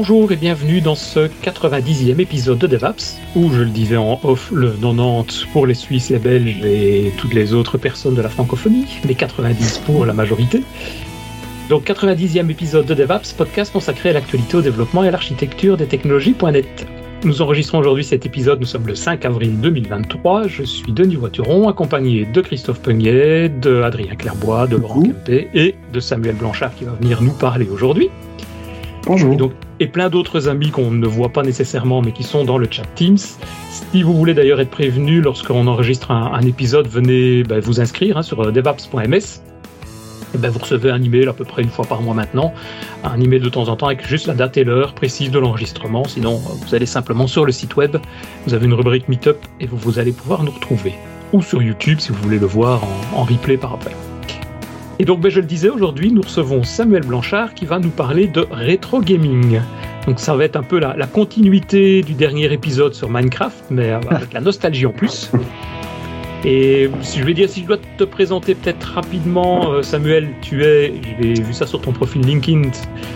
Bonjour et bienvenue dans ce 90e épisode de DevApps, où je le disais en off, le 90 pour les Suisses, les Belges et toutes les autres personnes de la francophonie, mais 90 pour la majorité. Donc 90e épisode de DevApps, podcast consacré à l'actualité, au développement et à l'architecture des technologies.net. Nous enregistrons aujourd'hui cet épisode, nous sommes le 5 avril 2023, je suis Denis Voituron, accompagné de Christophe Peugnet, de Adrien Clairbois, de Laurent Kempé et de Samuel Blanchard qui va venir nous parler aujourd'hui. Bonjour. Et plein d'autres amis qu'on ne voit pas nécessairement mais qui sont dans le chat Teams. Si vous voulez d'ailleurs être prévenu lorsqu'on enregistre un épisode, venez vous inscrire sur devaps.ms. Et vous recevez un email à peu près une fois par mois maintenant, un email de temps en temps avec juste la date et l'heure précise de l'enregistrement. Sinon, vous allez simplement sur le site web, vous avez une rubrique Meetup et vous allez pouvoir nous retrouver. Ou sur YouTube si vous voulez le voir en replay par après. Et donc, je le disais, aujourd'hui, nous recevons Samuel Blanchard qui va nous parler de rétro gaming. Donc, ça va être un peu la continuité du dernier épisode sur Minecraft, mais avec la nostalgie en plus. Et si je dois te présenter peut-être rapidement, Samuel, tu es, j'ai vu ça sur ton profil LinkedIn,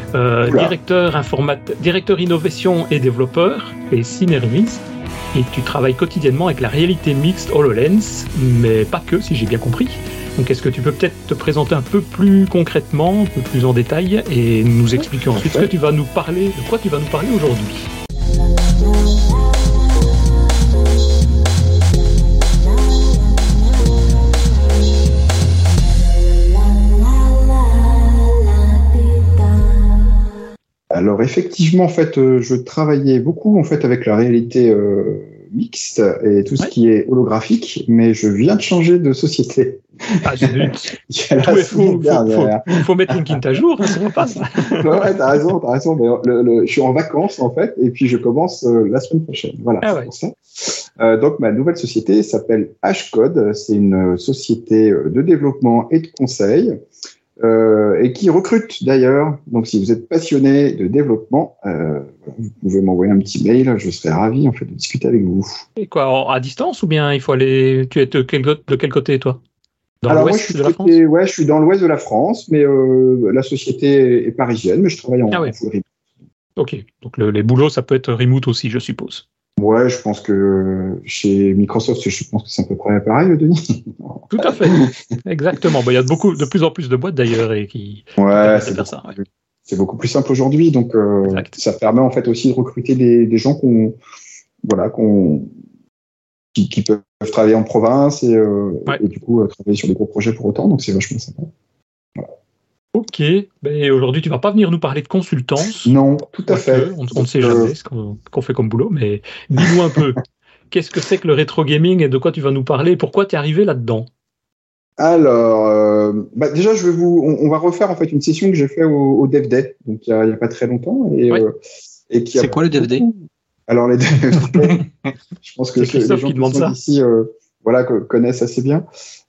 directeur innovation et développeur et Synermis. Et tu travailles quotidiennement avec la réalité mixte HoloLens, mais pas que, si j'ai bien compris. Donc est-ce que tu peux peut-être te présenter un peu plus concrètement, un peu plus en détail, et nous expliquer ensuite de quoi tu vas nous parler aujourd'hui. Alors effectivement, en fait, je travaillais beaucoup en fait avec la réalité mixte et tout ce qui est holographique, mais je viens de changer de société. Ah, zut. Faut mettre LinkedIn à jour, ça va pas ça. Ouais, t'as raison. D'ailleurs, je suis en vacances en fait, et puis je commence la semaine prochaine. Voilà. Ah ouais. Pour ça. Donc ma nouvelle société s'appelle Hcode. C'est une société de développement et de conseil. Et qui recrute d'ailleurs. Donc, si vous êtes passionné de développement, vous pouvez m'envoyer un petit mail. Je serai ravi en fait de discuter avec vous. Et quoi, à distance ou bien il faut aller? Tu es de quel côté toi? Dans l'ouest de la France? Ouais, je suis dans l'ouest de la France, mais la société est parisienne, mais je travaille en full remote. Ok, donc les boulots, ça peut être remote aussi, je suppose. Ouais, je pense que chez Microsoft, je pense que c'est à peu près pareil, Denis. Tout à fait, exactement. Il y a de plus en plus de boîtes d'ailleurs qui permettent de faire ça. Ouais. C'est beaucoup plus simple aujourd'hui, donc ça permet en fait aussi de recruter des gens qui peuvent travailler en province et du coup travailler sur des gros projets pour autant, donc c'est vachement sympa. Voilà. Ok, aujourd'hui tu vas pas venir nous parler de consultance. Non, tout à fait. On ne sait jamais ce qu'on fait comme boulot, mais dis-nous un peu, qu'est-ce que c'est que le rétro gaming et de quoi tu vas nous parler et pourquoi tu es arrivé là-dedans? Alors, déjà on va refaire en fait une session que j'ai fait au Dev Day, donc il y a pas très longtemps. Et c'est quoi le Dev Day? Alors les Dev Day, je pense que les gens qui sont ici connaissent assez bien.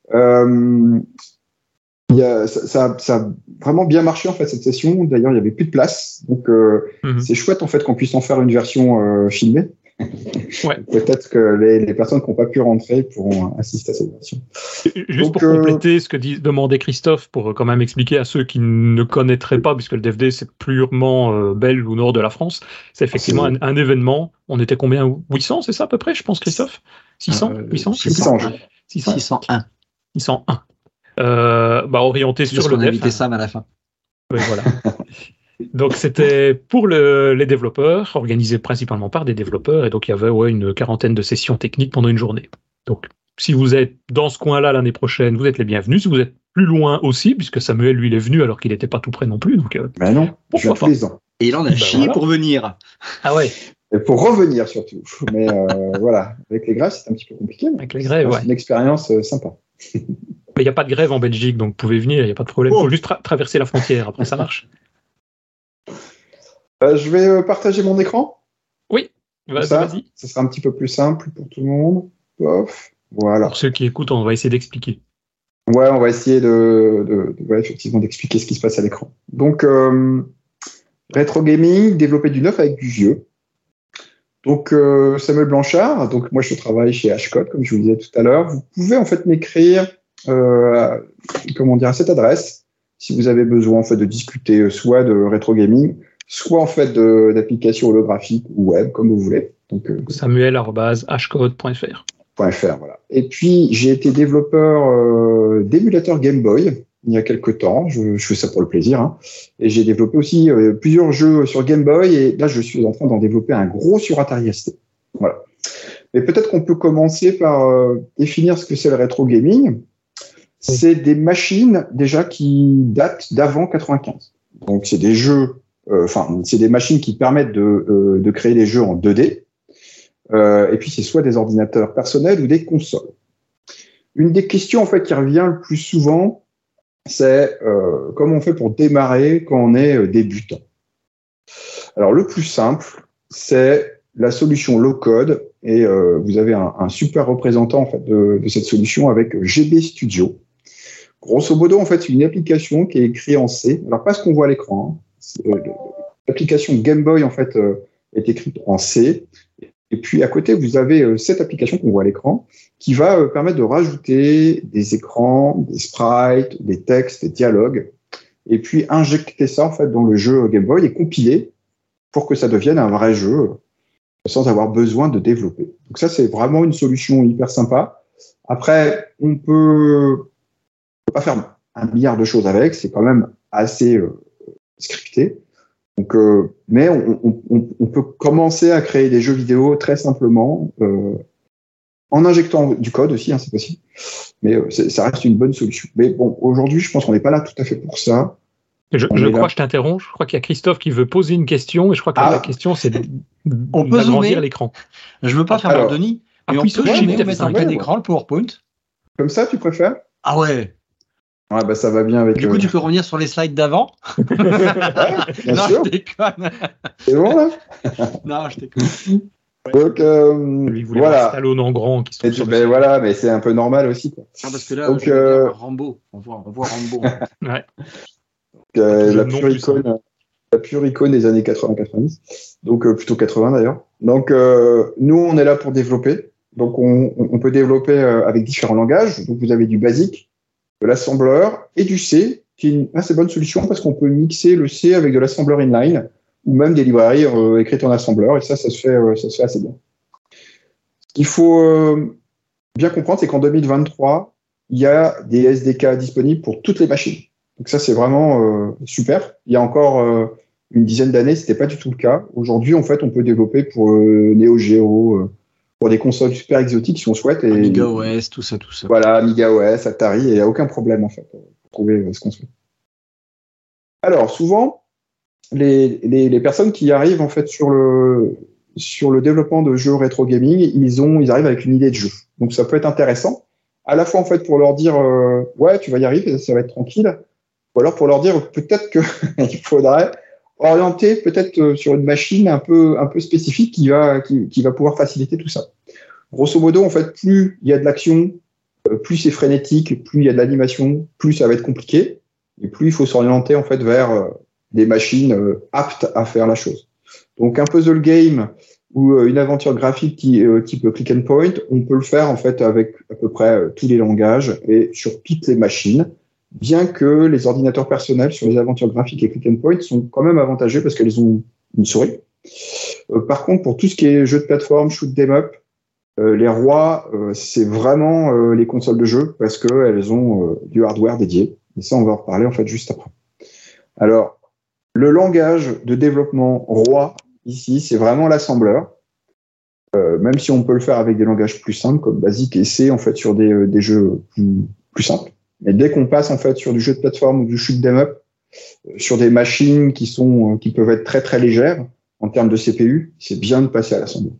Ça a vraiment bien marché en fait cette session. D'ailleurs, il y avait plus de place, donc c'est chouette en fait qu'on puisse en faire une version filmée. Ouais. Peut-être que les personnes qui n'ont pas pu rentrer pourront assister à cette version. Juste pour compléter ce que demandait Christophe, pour quand même expliquer à ceux qui ne connaîtraient pas, puisque le DevD c'est purement belge ou nord de la France, c'est effectivement un événement. On était combien? 800, c'est ça à peu près, je pense, Christophe? 600 800 601. 601. Orienté sur le dev. On a invité Sam à la fin. Oui, voilà. Donc c'était pour les développeurs, organisé principalement par des développeurs, et donc il y avait une quarantaine de sessions techniques pendant une journée. Donc si vous êtes dans ce coin-là l'année prochaine, vous êtes les bienvenus. Si vous êtes plus loin aussi, puisque Samuel lui il est venu alors qu'il n'était pas tout près non plus. Donc non, je suis plaisant. Et il en a chié pour venir. Ah ouais. Et pour revenir surtout. Mais voilà, avec les grèves c'est un petit peu compliqué. Avec les grèves, c'est une expérience sympa. Mais il n'y a pas de grève en Belgique, donc vous pouvez venir, il n'y a pas de problème. Il faut juste traverser la frontière, après ça marche. Je vais partager mon écran. Oui, vas-y. Ça sera un petit peu plus simple pour tout le monde. Voilà. Pour ceux qui écoutent, on va essayer d'expliquer. Ouais, on va essayer effectivement d'expliquer ce qui se passe à l'écran. Donc, rétro gaming, développer du neuf avec du vieux. Donc, Samuel Blanchard, donc moi je travaille chez Hcode, comme je vous le disais tout à l'heure. Vous pouvez en fait m'écrire à cette adresse si vous avez besoin en fait de discuter soit de rétro gaming, soit en fait d'applications holographiques ou web, comme vous voulez. Donc, Samuel@hcode.fr. Voilà. Et puis, j'ai été développeur d'émulateur Game Boy il y a quelques temps. Je fais ça pour le plaisir. Hein. Et j'ai développé aussi plusieurs jeux sur Game Boy. Et là, je suis en train d'en développer un gros sur Atari ST. Voilà. Mais peut-être qu'on peut commencer par définir ce que c'est le rétro gaming. C'est des machines déjà qui datent d'avant 95. Donc, c'est des jeux, c'est des machines qui permettent de créer des jeux en 2D. Et puis, c'est soit des ordinateurs personnels ou des consoles. Une des questions en fait qui revient le plus souvent, c'est comment on fait pour démarrer quand on est débutant. Alors, le plus simple, c'est la solution low-code, et vous avez un super représentant en fait de cette solution avec GB Studio. Grosso modo, en fait, c'est une application qui est écrite en C. Alors, pas ce qu'on voit à l'écran. Hein. L'application Game Boy, en fait, est écrite en C. Et puis, à côté, vous avez cette application qu'on voit à l'écran qui va permettre de rajouter des écrans, des sprites, des textes, des dialogues, et puis injecter ça, en fait, dans le jeu Game Boy et compiler pour que ça devienne un vrai jeu sans avoir besoin de développer. Donc ça, c'est vraiment une solution hyper sympa. Après, on peut pas faire un milliard de choses avec, c'est quand même assez scripté. Donc, mais on peut commencer à créer des jeux vidéo très simplement, en injectant du code aussi, hein, c'est possible. Mais ça reste une bonne solution. Mais bon, aujourd'hui, je pense qu'on n'est pas là tout à fait pour ça. Je crois que je t'interromps. Je crois qu'il y a Christophe qui veut poser une question, et je crois que la question, c'est d'agrandir l'écran. Je veux pas faire le Denis, mais on peut mettre un plein écran, le PowerPoint. Comme ça, tu préfères? Ah ouais. Ouais, bah ça va bien avec. Du coup, tu peux revenir sur les slides d'avant. Ouais, bien non, sûr. Je déconne. C'est bon là? Non, je déconne. Donc Lui voulait voir Stallone en grand qui sont voilà, mais c'est un peu normal aussi. Quoi. Ah, parce que là, donc, on Rambo. On voit Rambo. Ouais. La pure icône des années 80-90. Donc plutôt 80 d'ailleurs. Donc nous, on est là pour développer. Donc on peut développer avec différents langages. Donc vous avez du basique, de l'assembleur et du C, qui est une assez bonne solution parce qu'on peut mixer le C avec de l'assembleur inline ou même des librairies écrites en assembleur, et ça se fait assez bien. Ce qu'il faut bien comprendre, c'est qu'en 2023, il y a des SDK disponibles pour toutes les machines. Donc ça, c'est vraiment super. Il y a encore une dizaine d'années, c'était pas du tout le cas. Aujourd'hui, en fait, on peut développer pour Neo Geo, pour des consoles super exotiques si on souhaite. Et Amiga OS, tout ça. Voilà, Amiga OS, Atari, et il n'y a aucun problème en fait pour trouver ce qu'on souhaite. Alors souvent, les personnes qui arrivent en fait sur le développement de jeux rétro gaming, ils arrivent avec une idée de jeu. Donc ça peut être intéressant, à la fois en fait pour leur dire ouais, tu vas y arriver, ça va être tranquille, ou alors pour leur dire peut-être que il faudrait orienter peut-être sur une machine un peu spécifique qui va pouvoir faciliter tout ça. Grosso modo, en fait, plus il y a de l'action, plus c'est frénétique, plus il y a de l'animation, plus ça va être compliqué, et plus il faut s'orienter en fait vers des machines aptes à faire la chose. Donc un puzzle game ou une aventure graphique type click and point, on peut le faire en fait avec à peu près tous les langages et sur toutes les machines, bien que les ordinateurs personnels sur les aventures graphiques et click and point sont quand même avantageux parce qu'elles ont une souris. Par contre, pour tout ce qui est jeux de plateforme, shoot 'em up, les rois, c'est vraiment les consoles de jeu parce qu'elles ont du hardware dédié. Et ça, on va en reparler en fait juste après. Alors, le langage de développement roi, ici, c'est vraiment l'assembleur. Même si on peut le faire avec des langages plus simples, comme Basic et C, en fait, sur des jeux plus simples. Mais dès qu'on passe, en fait, sur du jeu de plateforme ou du shoot 'em up, sur des machines qui peuvent être très, très légères en termes de CPU, c'est bien de passer à l'assembleur.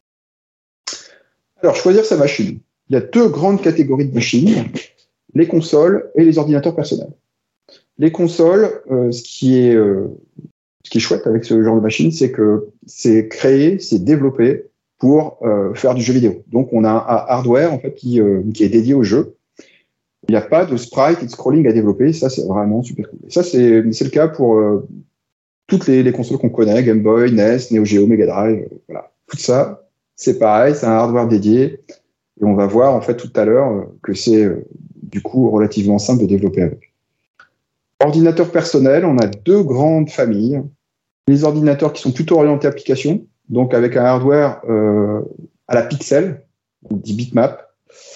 Alors, choisir sa machine. Il y a deux grandes catégories de machines, les consoles et les ordinateurs personnels. Les consoles, ce qui est chouette avec ce genre de machine, c'est que c'est créé, c'est développé pour faire du jeu vidéo. Donc, on a un hardware en fait qui est dédié au jeu. Il n'y a pas de sprite et de scrolling à développer. Ça, c'est vraiment super cool. Et ça, c'est le cas pour toutes les consoles qu'on connaît, Game Boy, NES, Neo Geo, Mega Drive, voilà. Tout ça, c'est pareil, c'est un hardware dédié. Et on va voir en fait tout à l'heure que c'est du coup relativement simple de développer avec. Ordinateur personnel, on a deux grandes familles. les ordinateurs qui sont plutôt orientés application, donc avec un hardware à la pixel, dit bitmap.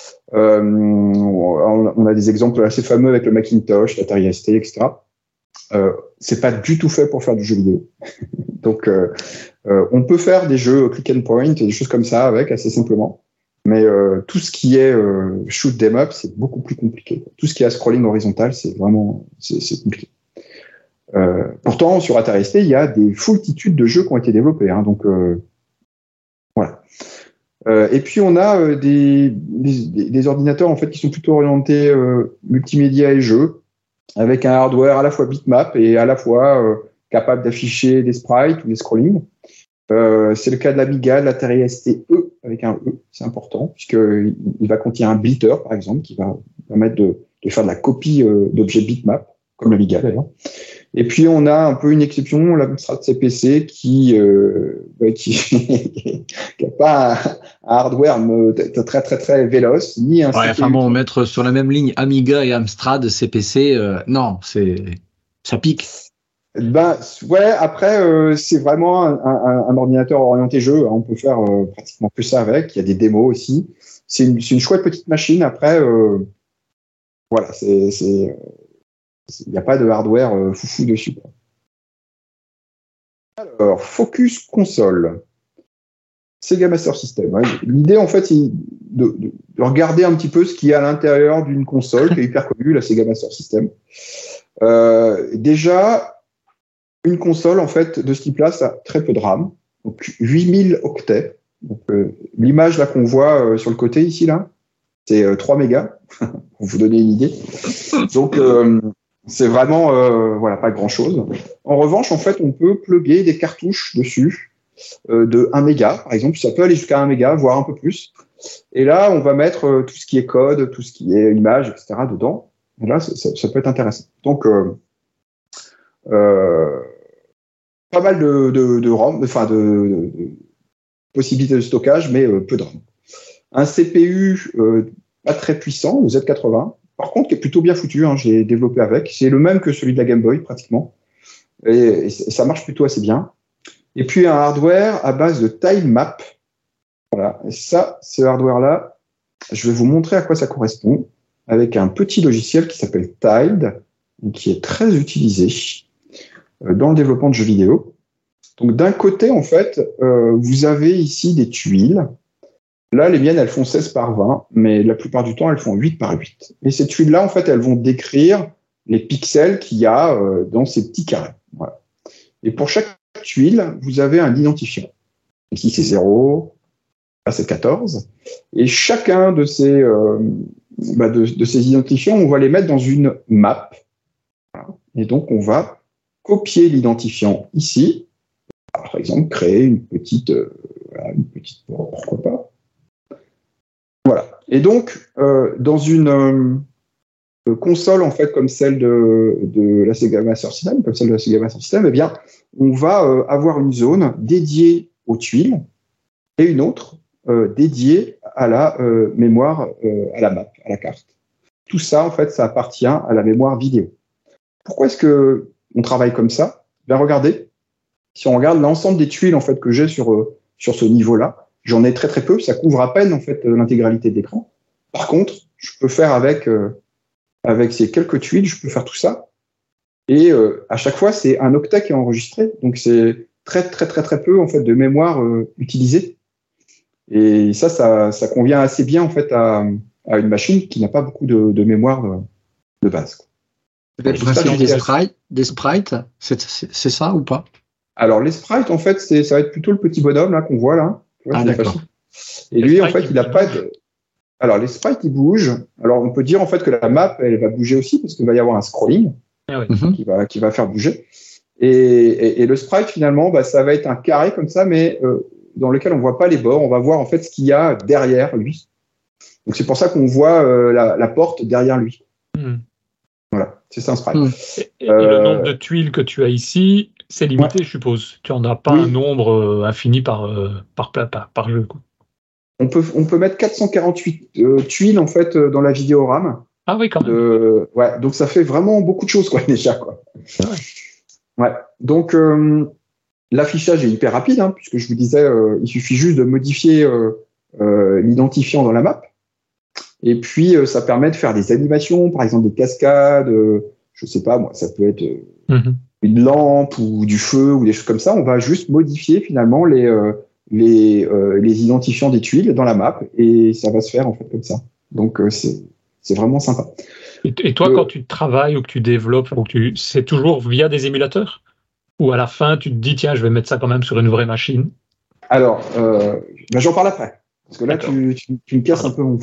On a des exemples assez fameux avec le Macintosh, l'Atari ST, etc. C'est pas du tout fait pour faire du jeu vidéo. Donc, on peut faire des jeux click and point, des choses comme ça avec assez simplement. Mais tout ce qui est shoot 'em up, c'est beaucoup plus compliqué. Tout ce qui est scrolling horizontal, c'est compliqué. Pourtant, sur Atari ST, il y a des foultitudes de jeux qui ont été développés. Hein, donc, voilà. Et puis, on a des ordinateurs en fait qui sont plutôt orientés multimédia et jeux, avec un hardware à la fois bitmap et à la fois capable d'afficher des sprites ou des scrolling. C'est le cas de l'Amiga, de l'Atari ST E, avec un E, c'est important, puisqu'il va contenir un blitter, par exemple, qui va permettre de faire de la copie d'objets bitmap, comme l'Amiga d'ailleurs. Et puis, on a un peu une exception, l'Amstrad CPC, qui n'a pas un hardware très, très, très véloce, ni un CPU. Enfin bon, mettre sur la même ligne Amiga et Amstrad CPC, non, ça pique. Ben ouais, après c'est vraiment un ordinateur orienté jeu. On peut faire pratiquement que ça avec. Il y a des démos aussi. C'est une chouette petite machine. Après, voilà, il n'y a pas de hardware foufou dessus, quoi. Alors, Focus Console, Sega Master System. Ouais. L'idée en fait, c'est de regarder un petit peu ce qu'il y a à l'intérieur d'une console qui est hyper connue, la Sega Master System. Déjà. Une console, en fait, de ce type-là, ça a très peu de RAM, donc 8000 octets. Donc, l'image là qu'on voit sur le côté ici, là, c'est 3 mégas, pour vous donner une idée. Donc, c'est vraiment voilà, pas grand-chose. En revanche, en fait, on peut plugger des cartouches dessus de 1 méga, par exemple. Ça peut aller jusqu'à 1 méga, voire un peu plus. Et là, on va mettre tout ce qui est code, tout ce qui est image, etc. dedans. Et là, ça peut être intéressant. Donc, pas mal de RAM, enfin de possibilités de stockage, mais peu de RAM. Un CPU pas très puissant, le Z80, par contre qui est plutôt bien foutu, hein, j'ai développé avec. C'est le même que celui de la Game Boy pratiquement, et ça marche plutôt assez bien. Et puis un hardware à base de TileMap. Voilà, et ça, ce hardware-là, je vais vous montrer à quoi ça correspond avec un petit logiciel qui s'appelle Tiled, qui est très utilisé dans le développement de jeux vidéo. Donc d'un côté, en fait, vous avez ici des tuiles. Là, les miennes, elles font 16 par 20, mais la plupart du temps, elles font 8 par 8. Et ces tuiles-là, en fait, elles vont décrire les pixels qu'il y a dans ces petits carrés. Voilà. Et pour chaque tuile, vous avez un identifiant. Ici, c'est 0, là, c'est 14. Et chacun de ces identifiants, on va les mettre dans une map. Voilà. Et donc, on va copier l'identifiant ici, par exemple, créer une petite pourquoi pas. Voilà. Et donc, dans une console, en fait, comme celle de la Sega Master System, eh bien, on va avoir une zone dédiée aux tuiles et une autre dédiée à la mémoire, à la map, à la carte. Tout ça, en fait, ça appartient à la mémoire vidéo. Pourquoi est-ce que on travaille comme ça? Bien, regardez, si on regarde l'ensemble des tuiles en fait que j'ai sur ce niveau-là, j'en ai très très peu, ça couvre à peine en fait l'intégralité de l'écran. Par contre, je peux faire avec ces quelques tuiles, je peux faire tout ça. Et à chaque fois, c'est un octet qui est enregistré, donc c'est très très très très peu en fait de mémoire utilisée. Et ça convient assez bien en fait à une machine qui n'a pas beaucoup de mémoire de base. Peut-être des sprites, c'est ça ou pas? Alors les sprites, en fait, ça va être plutôt le petit bonhomme là qu'on voit là. Ah d'accord. Et lui, en fait, il n'a pas de. Alors les sprites, ils bougent. Alors on peut dire en fait que la map, elle va bouger aussi parce qu'il va y avoir un scrolling qui va faire bouger. Et le sprite finalement, ça va être un carré comme ça, mais dans lequel on voit pas les bords. On va voir en fait ce qu'il y a derrière lui. Donc c'est pour ça qu'on voit la porte derrière lui. Voilà, c'est ça un sprite. Et le nombre de tuiles que tu as ici, c'est limité, je suppose. Tu n'en as pas un nombre infini par jeu. Quoi. On peut mettre 448 tuiles en fait dans la vidéoram. Ah oui, quand même. Donc ça fait vraiment beaucoup de choses quoi déjà quoi. Ouais. Donc l'affichage est hyper rapide, hein, puisque je vous disais, il suffit juste de modifier l'identifiant dans la map. Et puis, ça permet de faire des animations, par exemple des cascades, je sais pas, moi, ça peut être une lampe ou du feu ou des choses comme ça. On va juste modifier finalement les identifiants des tuiles dans la map et ça va se faire en fait comme ça. Donc, c'est vraiment sympa. Et toi, quand tu travailles ou que tu développes, c'est toujours via des émulateurs? Ou à la fin, tu te dis, tiens, je vais mettre ça quand même sur une vraie machine? Alors, j'en parle après. Parce que là, tu me casses un peu mon...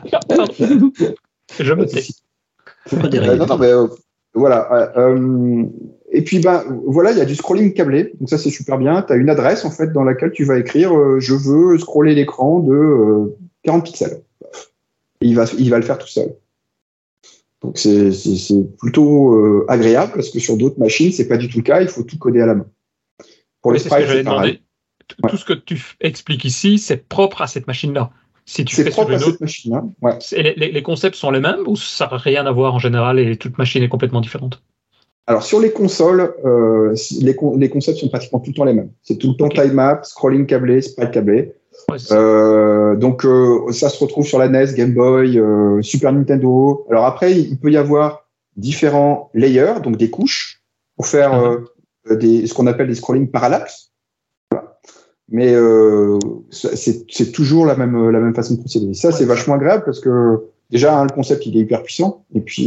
Je me tais. Faut pas dérailler. Non, mais voilà. Et puis, voilà, il y a du scrolling câblé. Donc ça, c'est super bien. Tu as une adresse, en fait, dans laquelle tu vas écrire je veux scroller l'écran de 40 pixels. Et il va le faire tout seul. Donc, c'est plutôt agréable parce que sur d'autres machines, c'est pas du tout le cas. Il faut tout coder à la main. Pour les sprites, c'est pareil. Tout ce que tu expliques ici, c'est propre à cette machine-là. Si tu c'est fais propre sur une à autre, cette machine-là. Ouais. Les concepts sont les mêmes ou ça n'a rien à voir en général et toute machine est complètement différente? Alors, sur les consoles, les concepts sont pratiquement tout le temps les mêmes. C'est tout le temps time map, scrolling câblé, sprite câblé. Ouais, donc, ça se retrouve sur la NES, Game Boy, Super Nintendo. Alors après, il peut y avoir différents layers, donc des couches, pour faire ce qu'on appelle des scrolling parallaxes. Mais c'est toujours la même façon de procéder. Ça, c'est vachement agréable parce que déjà, le concept, il est hyper puissant. Et puis,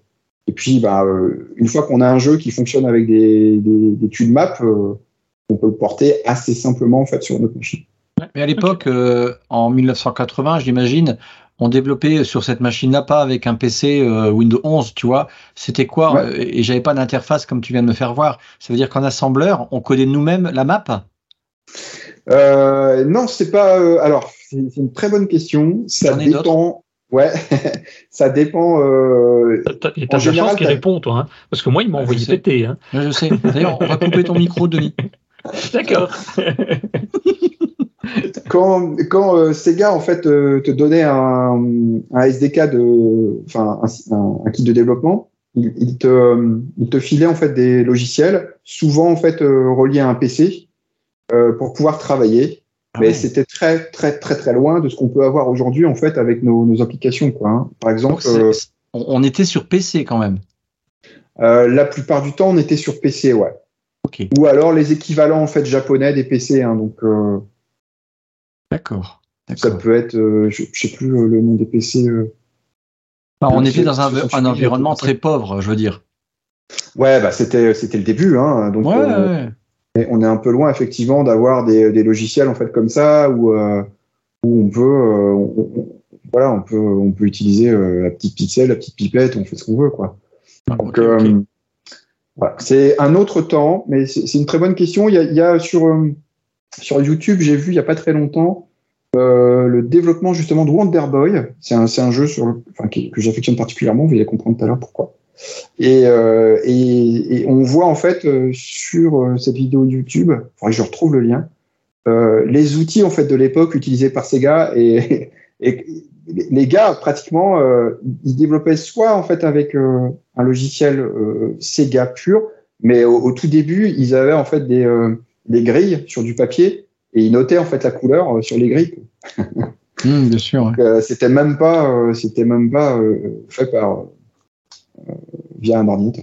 une fois qu'on a un jeu qui fonctionne avec des tuiles map, on peut le porter assez simplement en fait sur notre machine. Mais à l'époque, en 1980, j'imagine, on développait sur cette machine-là pas avec un PC Windows 11, tu vois. C'était quoi? Et j'avais pas d'interface comme tu viens de me faire voir. Ça veut dire qu'en assembleur, on codait nous-mêmes la map? Non, c'est pas. Alors, c'est une très bonne question. Ça dépend. Ouais, ça dépend. T'as de la chance qu'il répond, toi, hein, parce que moi, il m'a envoyé péter. Hein. Je sais. D'ailleurs, on va couper ton micro, Denis. D'accord. Quand Sega en fait te donnait un SDK un kit de développement, il te filait en fait des logiciels, souvent en fait reliés à un PC. Pour pouvoir travailler, mais c'était très très très très loin de ce qu'on peut avoir aujourd'hui en fait avec nos applications quoi. Hein. Par exemple, on était sur PC quand même. La plupart du temps, on était sur PC, ouais. Okay. Ou alors les équivalents en fait japonais des PC, hein, donc. D'accord. Ça peut être, je sais plus le nom des PC. On était dans un environnement très pauvre, je veux dire. Ouais, c'était le début, hein. Donc. Et on est un peu loin effectivement d'avoir des logiciels en fait comme ça où on peut utiliser la petite pixel, la petite pipette, on fait ce qu'on veut quoi. Donc voilà, c'est un autre temps, mais c'est une très bonne question. Il y a sur YouTube, j'ai vu il y a pas très longtemps le développement justement de Wonder Boy. C'est un jeu que j'affectionne particulièrement. Vous allez comprendre tout à l'heure pourquoi. Et on voit en fait sur cette vidéo YouTube, il faudrait que je retrouve le lien, les outils en fait de l'époque utilisés par Sega et les gars pratiquement ils développaient soit en fait avec un logiciel Sega pur, mais au tout début ils avaient en fait des grilles sur du papier et ils notaient en fait la couleur sur les grilles. Bien sûr. Donc, c'était même pas fait par via un ordinateur.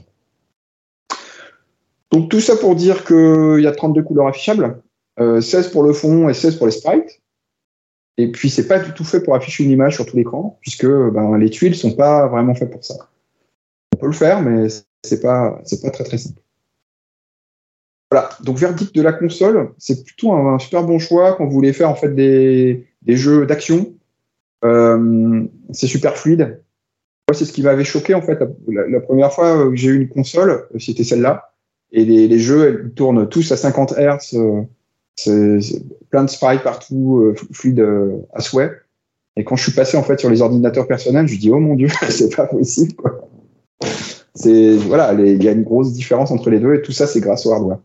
Donc tout ça pour dire qu'il y a 32 couleurs affichables, 16 pour le fond et 16 pour les sprites. Et puis c'est pas du tout fait pour afficher une image sur tout l'écran, puisque les tuiles sont pas vraiment faites pour ça. On peut le faire, mais c'est pas très très simple. Voilà, donc verdict de la console, c'est plutôt un super bon choix quand vous voulez faire en fait des jeux d'action. C'est super fluide. Moi, c'est ce qui m'avait choqué en fait la première fois que j'ai eu une console, c'était celle-là, et les jeux ils tournent tous à 50 Hz, c'est plein de sprites partout, fluide à souhait. Et quand je suis passé en fait sur les ordinateurs personnels, je me dis oh mon dieu, c'est pas possible quoi. Il y a une grosse différence entre les deux et tout ça c'est grâce au hardware.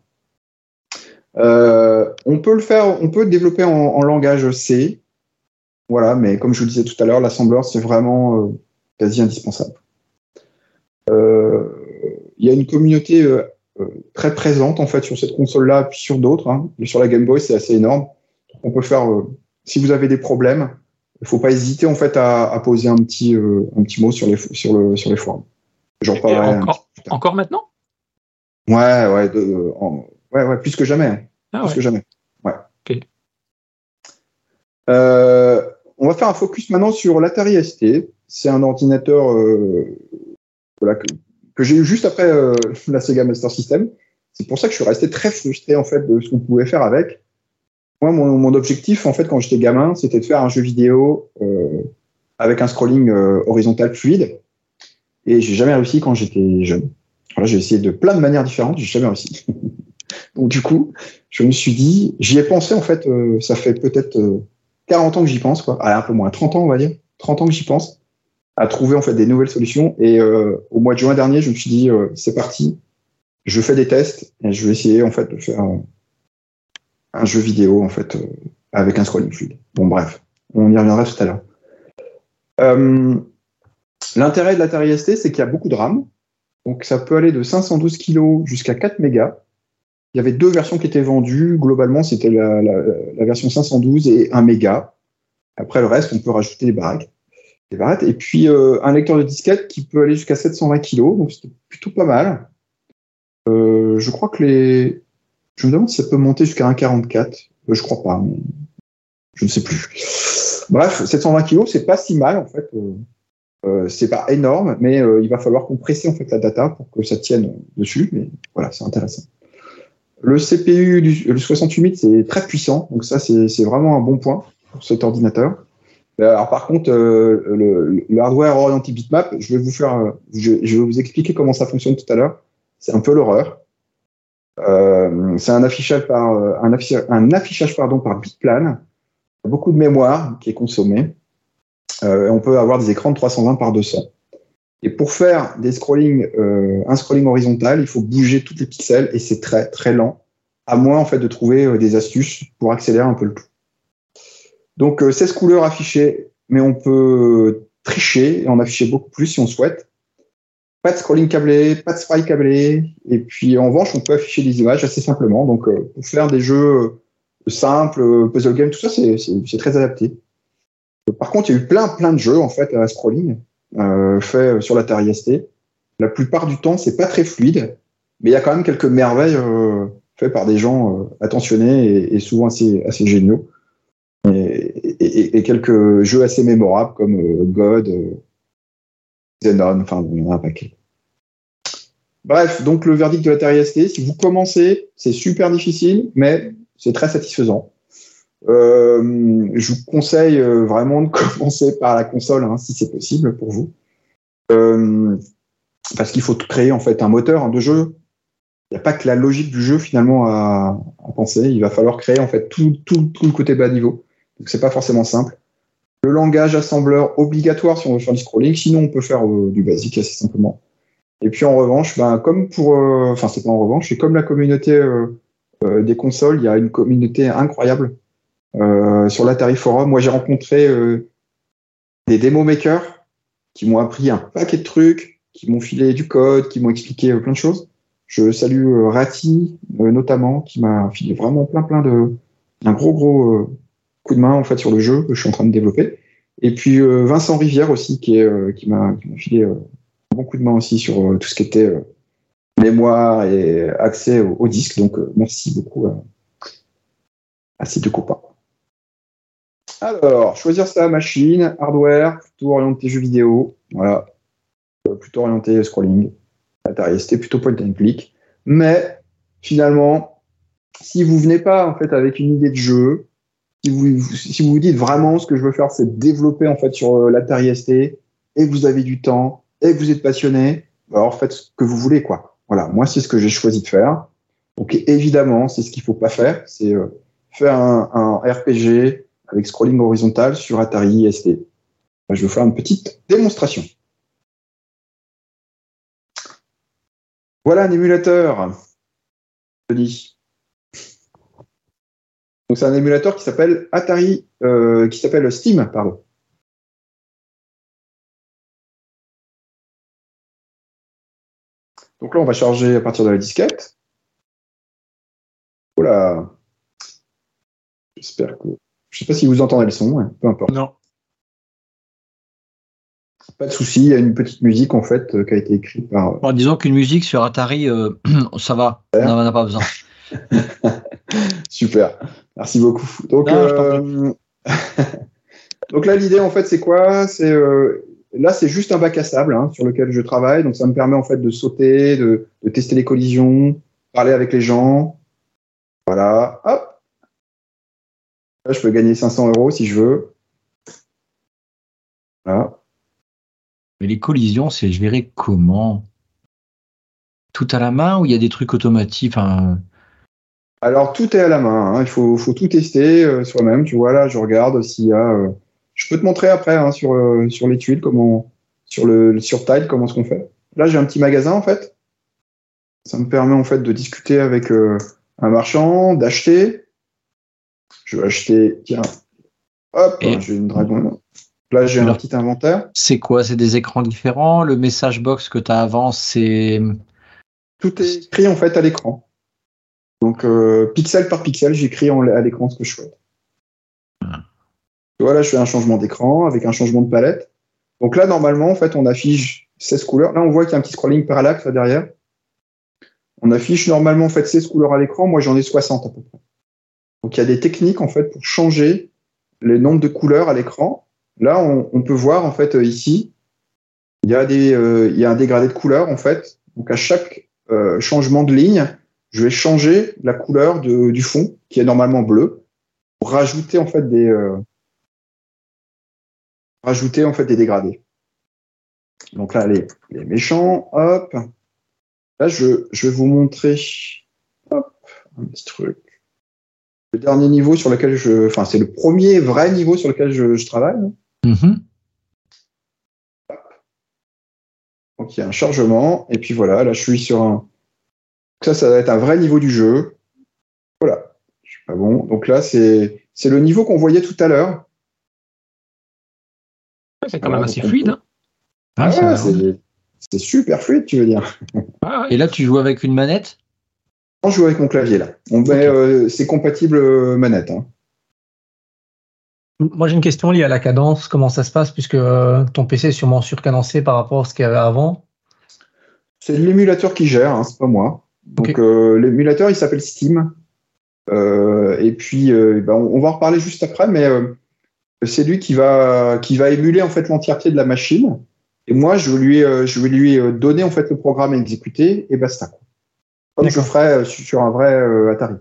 On peut développer en langage C, voilà, mais comme je vous le disais tout à l'heure, l'assembleur c'est vraiment quasi indispensable. Il y a une communauté très présente en fait sur cette console-là, puis sur d'autres. Hein. Sur la Game Boy, c'est assez énorme. On peut faire, si vous avez des problèmes, il ne faut pas hésiter en fait à poser un petit mot sur les forums. J'en parlerai encore maintenant. Ouais, plus que jamais. Hein. Plus que jamais. Ouais. Okay. On va faire un focus maintenant sur l'Atari ST. C'est un ordinateur que j'ai eu juste après la Sega Master System. C'est pour ça que je suis resté très frustré en fait de ce qu'on pouvait faire avec. Moi, mon objectif en fait quand j'étais gamin, c'était de faire un jeu vidéo avec un scrolling horizontal fluide. Et j'ai jamais réussi quand j'étais jeune. Voilà, j'ai essayé de plein de manières différentes, j'ai jamais réussi. Donc du coup, je me suis dit, j'y ai pensé en fait. Ça fait peut-être 40 ans que j'y pense, quoi. Allez, un peu moins, 30 ans on va dire. 30 ans que j'y pense. À trouver en fait des nouvelles solutions. Et au mois de juin dernier, je me suis dit c'est parti, je fais des tests et je vais essayer en fait de faire un jeu vidéo en fait avec un scrolling fluide. Bon bref, on y reviendra tout à l'heure. L'intérêt de l'Atari ST, c'est qu'il y a beaucoup de RAM. Donc ça peut aller de 512 kg jusqu'à 4 mégas. Il y avait 2 versions qui étaient vendues. Globalement, c'était la version 512 et 1 méga. Après le reste, on peut rajouter des barrettes. Et puis un lecteur de disquette qui peut aller jusqu'à 720 kg, donc c'était plutôt pas mal. Je crois que je me demande si ça peut monter jusqu'à 1,44. Je crois pas, mais je ne sais plus. Bref, 720 kg, c'est pas si mal en fait. C'est pas énorme, mais il va falloir compresser en fait la data pour que ça tienne dessus. Mais voilà, c'est intéressant. Le CPU le 68 bits, c'est très puissant, donc ça c'est vraiment un bon point pour cet ordinateur. Alors par contre, le hardware orienté bitmap, je vais vous expliquer comment ça fonctionne tout à l'heure. C'est un peu l'horreur. C'est un affichage par bitplan. Il y a beaucoup de mémoire qui est consommée. On peut avoir des écrans de 320 par 200. Et pour faire un scrolling horizontal, il faut bouger tous les pixels et c'est très très lent. À moins en fait de trouver des astuces pour accélérer un peu le tout. Donc 16 couleurs affichées, mais on peut tricher et en afficher beaucoup plus si on souhaite. Pas de scrolling câblé, pas de sprite câblé, et puis en revanche on peut afficher des images assez simplement. Donc pour faire des jeux simples, puzzle game, tout ça c'est très adapté. Par contre il y a eu plein de jeux en fait à scrolling faits sur l'Atari ST. La plupart du temps c'est pas très fluide, mais il y a quand même quelques merveilles faites par des gens attentionnés et souvent assez géniaux. Et quelques jeux assez mémorables comme God, Xenon, enfin il y en a un paquet. Bref, donc le verdict de l'Atari ST, si vous commencez, c'est super difficile, mais c'est très satisfaisant. Je vous conseille vraiment de commencer par la console, hein, si c'est possible pour vous. Parce qu'il faut créer en fait un moteur de jeu. Il n'y a pas que la logique du jeu finalement à penser. Il va falloir créer en fait tout le côté bas niveau. Donc c'est pas forcément simple. Le langage assembleur obligatoire si on veut faire du scrolling, sinon on peut faire du basique assez simplement. Et puis en revanche, comme c'est pas en revanche, c'est comme la communauté des consoles, il y a une communauté incroyable sur l'Atari Forum. Moi j'ai rencontré des démo makers qui m'ont appris un paquet de trucs, qui m'ont filé du code, qui m'ont expliqué plein de choses. Je salue Rati notamment, qui m'a filé vraiment un gros coup de main en fait sur le jeu que je suis en train de développer. Et puis Vincent Rivière aussi qui m'a filé un bon coup de main aussi sur tout ce qui était mémoire et accès au disque. Donc merci beaucoup à ces deux copains. Alors, choisir sa machine, hardware, plutôt orienté jeux vidéo, voilà, plutôt orienté scrolling. Atari ST plutôt point and click. Mais finalement, si vous venez pas en fait avec une idée de jeu, si vous vous dites vraiment ce que je veux faire, c'est développer en fait sur l'Atari ST et que vous avez du temps et que vous êtes passionné, alors faites ce que vous voulez quoi. Voilà, moi c'est ce que j'ai choisi de faire. Donc évidemment, c'est ce qu'il faut pas faire, c'est faire un RPG avec scrolling horizontal sur Atari ST. Je vais vous faire une petite démonstration. Voilà un émulateur. Je dis. Donc c'est un émulateur qui s'appelle Steam, pardon. Donc là, on va charger à partir de la disquette. Voilà. J'espère que... Je sais pas si vous entendez le son, hein, peu importe. Non. Pas de souci, il y a une petite musique en fait qui a été écrite par... Bon, disons qu'une musique sur Atari, ça va, on n'en a pas besoin. Super, merci beaucoup. Donc, Non, donc là, l'idée en fait, c'est quoi? Là, c'est juste un bac à sable sur lequel je travaille. Donc, ça me permet en fait de sauter, de tester les collisions, parler avec les gens. Voilà, hop. Là, je peux gagner 500 € si je veux. Voilà. Mais les collisions, je verrai comment? Tout à la main ou il y a des trucs automatiques? Alors, tout est à la main. Il faut tout tester soi-même. Tu vois, là, je regarde s'il y a... Je peux te montrer après sur les tuiles, sur Tide, comment est-ce qu'on fait. Là, j'ai un petit magasin, en fait. Ça me permet, en fait, de discuter avec un marchand, d'acheter. Je vais acheter... Tiens, hop, j'ai une Dragon. Là, j'ai un petit inventaire. C'est quoi? C'est des écrans différents? Le message box que tu as avant, c'est... Tout est écrit, en fait, à l'écran. Donc, pixel par pixel, j'écris à l'écran ce que je souhaite. Voilà, je fais un changement d'écran avec un changement de palette. Donc là, normalement, en fait, on affiche 16 couleurs. Là, on voit qu'il y a un petit scrolling parallaxe là derrière. On affiche normalement en fait 16 couleurs à l'écran. Moi, j'en ai 60 à peu près. Donc, il y a des techniques en fait pour changer le nombre de couleurs à l'écran. Là, on peut voir en fait ici, il y a un dégradé de couleurs en fait. Donc, à chaque changement de ligne, je vais changer la couleur du fond qui est normalement bleu pour rajouter en fait des dégradés. Donc là, les méchants, hop. Là, je vais vous montrer un petit truc. Le dernier niveau sur lequel c'est le premier vrai niveau sur lequel je travaille. Mm-hmm. Donc il y a un chargement, et puis voilà, là je suis sur un... Ça va être un vrai niveau du jeu. Voilà, je suis pas bon. Donc là, c'est le niveau qu'on voyait tout à l'heure. C'est quand même assez fluide. C'est super fluide, tu veux dire. Et là, tu joues avec une manette? Je joue avec mon clavier, là. C'est compatible manette. Moi, j'ai une question liée à la cadence. Comment ça se passe, puisque ton PC est sûrement surcadencé par rapport à ce qu'il y avait avant? C'est l'émulateur qui gère, c'est pas moi. Donc, l'émulateur, il s'appelle Steam. Et puis, on va en reparler juste après, mais c'est lui qui va émuler en fait l'entièreté de la machine. Et moi, je vais lui donner en fait le programme à exécuter et basta. Comme je ferais sur un vrai Atari.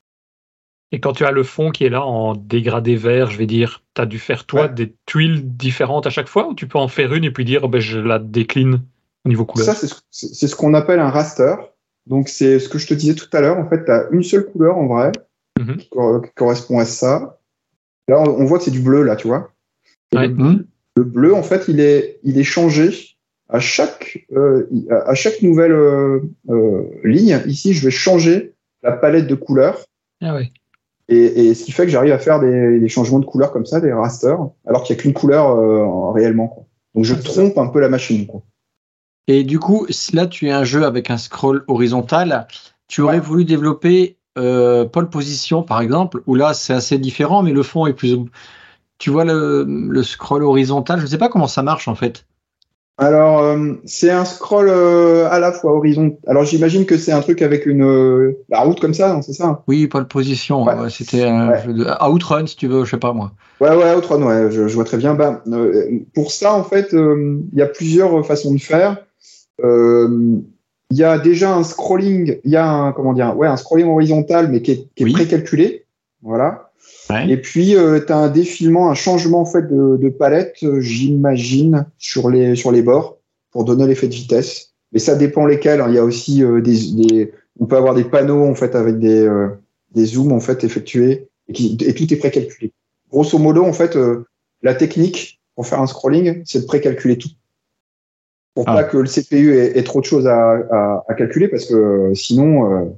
Et quand tu as le fond qui est là en dégradé vert, je vais dire, tu as dû faire des tuiles différentes à chaque fois, ou tu peux en faire une et puis dire je la décline au niveau couleur? Ça, c'est ce qu'on appelle un raster. Donc, c'est ce que je te disais tout à l'heure. En fait, tu as une seule couleur en vrai qui correspond à ça. Là, on voit que c'est du bleu, là, tu vois. Le bleu, en fait, il est changé à chaque nouvelle ligne. Ici, je vais changer la palette de couleurs. Ah ouais. Et ce qui fait que j'arrive à faire des changements de couleurs comme ça, des rasters, alors qu'il n'y a qu'une couleur réellement, quoi. Donc, je trompe un peu la machine, quoi. Et du coup, là, tu as un jeu avec un scroll horizontal. Tu aurais voulu développer pole position, par exemple, où là, c'est assez différent, mais le fond est plus... Tu vois le scroll horizontal, je ne sais pas comment ça marche, en fait. Alors, c'est un scroll à la fois horizontal. Alors, j'imagine que c'est un truc avec la route comme ça, non, c'est ça? Oui, pole position. Ouais. C'était un jeu de Outrun, si tu veux, je sais pas moi. Ouais, Outrun, je vois très bien. Pour ça, en fait, il y a plusieurs façons de faire. Il y a déjà un scrolling, un scrolling horizontal, mais qui est précalculé. Voilà. Ouais. Et puis, tu as un défilement, un changement en fait de palette, j'imagine, sur les bords pour donner l'effet de vitesse. Mais ça dépend lesquels. Il y a aussi on peut avoir des panneaux en fait avec des zooms en fait effectués et tout est précalculé. Grosso modo, en fait, la technique pour faire un scrolling, c'est de précalculer tout. Pour pas que le CPU ait trop de choses à calculer, parce que sinon,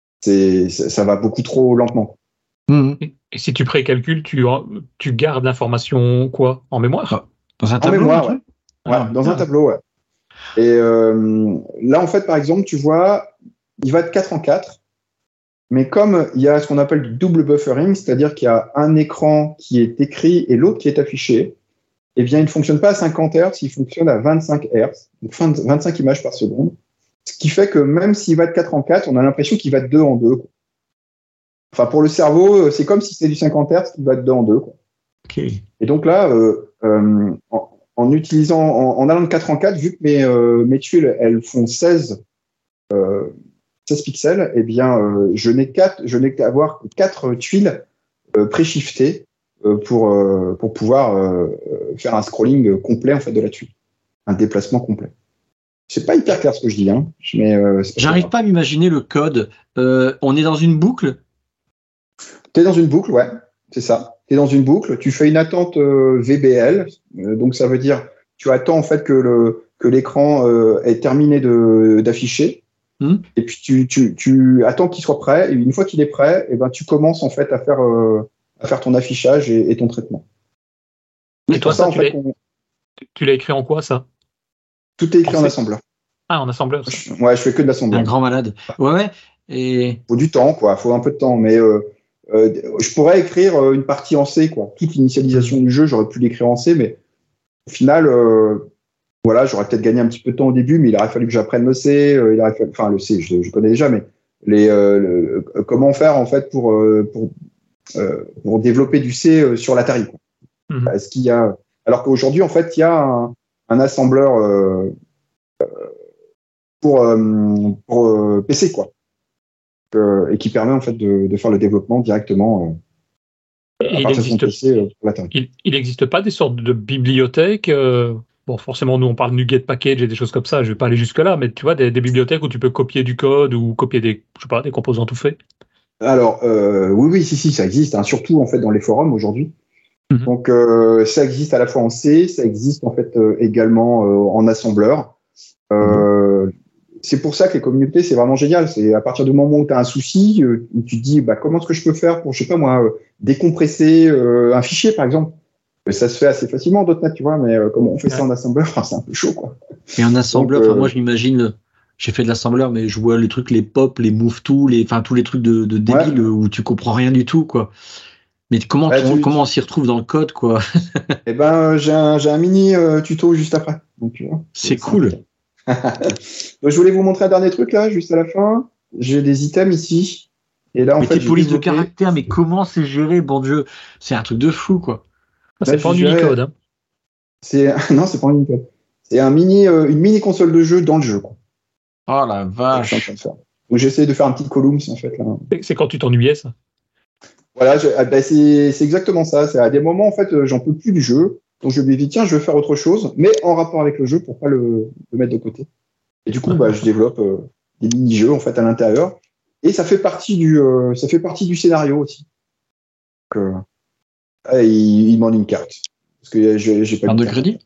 ça va beaucoup trop lentement. Et si tu précalcules, tu gardes l'information quoi en mémoire? Dans un tableau? En mémoire, ouais. Dans un tableau, ouais. Et là, en fait, par exemple, tu vois, il va de 4 en 4, mais comme il y a ce qu'on appelle du double buffering, c'est-à-dire qu'il y a un écran qui est écrit et l'autre qui est affiché, eh bien, il ne fonctionne pas à 50 Hz, il fonctionne à 25 Hz, donc 25 images par seconde, ce qui fait que même s'il va de 4 en 4, on a l'impression qu'il va de 2 en 2. Quoi. Enfin, pour le cerveau, c'est comme si c'était du 50 Hz qui va de 2 en 2. Quoi. Okay. Et donc là, en utilisant, en allant de 4 en 4, vu que mes tuiles, elles font 16 pixels, eh bien, je n'ai qu'à avoir 4 tuiles pré-shiftées pour pouvoir faire un scrolling complet en fait de la tuile, un déplacement complet. C'est pas hyper clair ce que je dis, hein, mais j'arrive pas à m'imaginer le code. On est dans une boucle. T'es dans une boucle, ouais, c'est ça. T'es dans une boucle. Tu fais une attente VBL, donc ça veut dire tu attends en fait que l'écran est terminé d'afficher. Et puis tu attends qu'il soit prêt. Et une fois qu'il est prêt, et ben tu commences en fait à faire ton affichage et ton traitement. Et toi, ça, tu l'as écrit en quoi, ça? Tout est écrit en assembleur. Ah, en assembleur. Ouais, je fais que de l'assembleur. Un grand malade. Ouais. Et faut du temps, quoi. Faut un peu de temps, mais je pourrais écrire une partie en C, quoi. Toute l'initialisation du jeu, j'aurais pu l'écrire en C, mais au final, voilà, j'aurais peut-être gagné un petit peu de temps au début, mais il aurait fallu que j'apprenne le C. Enfin, le C, je connais déjà, mais comment faire en fait pour développer du C sur l'Atari, quoi. Est-ce qu'il y a, alors qu'aujourd'hui, en fait, il y a un assembleur pour PC, quoi, et qui permet en fait de faire le développement directement. Il n'existe pas des sortes de bibliothèques. Bon, forcément, nous on parle NuGet Package et des choses comme ça. Je vais pas aller jusque là, mais tu vois des bibliothèques où tu peux copier du code ou copier des composants tout faits. Alors oui, si, ça existe, hein, surtout en fait dans les forums aujourd'hui. Donc ça existe à la fois en C, ça existe en fait également en assembleur. C'est pour ça que les communautés, c'est vraiment génial. C'est à partir du moment où tu as un souci, où tu te dis comment est-ce que je peux faire pour, je sais pas moi, décompresser un fichier par exemple. Ça se fait assez facilement en .NET, tu vois, mais comment on fait ça en assembleur, c'est un peu chaud, quoi. Et en assembleur, moi je m'imagine, j'ai fait de l'assembleur, mais je vois les trucs, les pop, les move tools, tous les trucs de débile où tu comprends rien du tout, quoi. Mais comment on s'y retrouve dans le code, quoi? Eh ben, j'ai un mini tuto juste après. Donc, c'est cool. Donc, je voulais vous montrer un dernier truc là, juste à la fin. J'ai des items ici. Et là, en fait, tes polices de caractère, mais comment c'est géré, bon Dieu? C'est un truc de fou, quoi. C'est pas en Unicode. Hein. Non, c'est pas en Unicode. C'est une mini console de jeu dans le jeu, quoi. Oh la vache. Donc j'essaie de faire un petit column, en fait. Là. C'est quand tu t'ennuyais, ça. Voilà, c'est exactement ça. C'est à des moments, en fait, j'en peux plus du jeu. Donc je me dis, tiens, je vais faire autre chose, mais en rapport avec le jeu pour pas le mettre de côté. Et du coup, je développe des mini-jeux, en fait, à l'intérieur. Et ça fait partie du scénario aussi. Donc, il demande une carte. Parce que j'ai pas de crédit.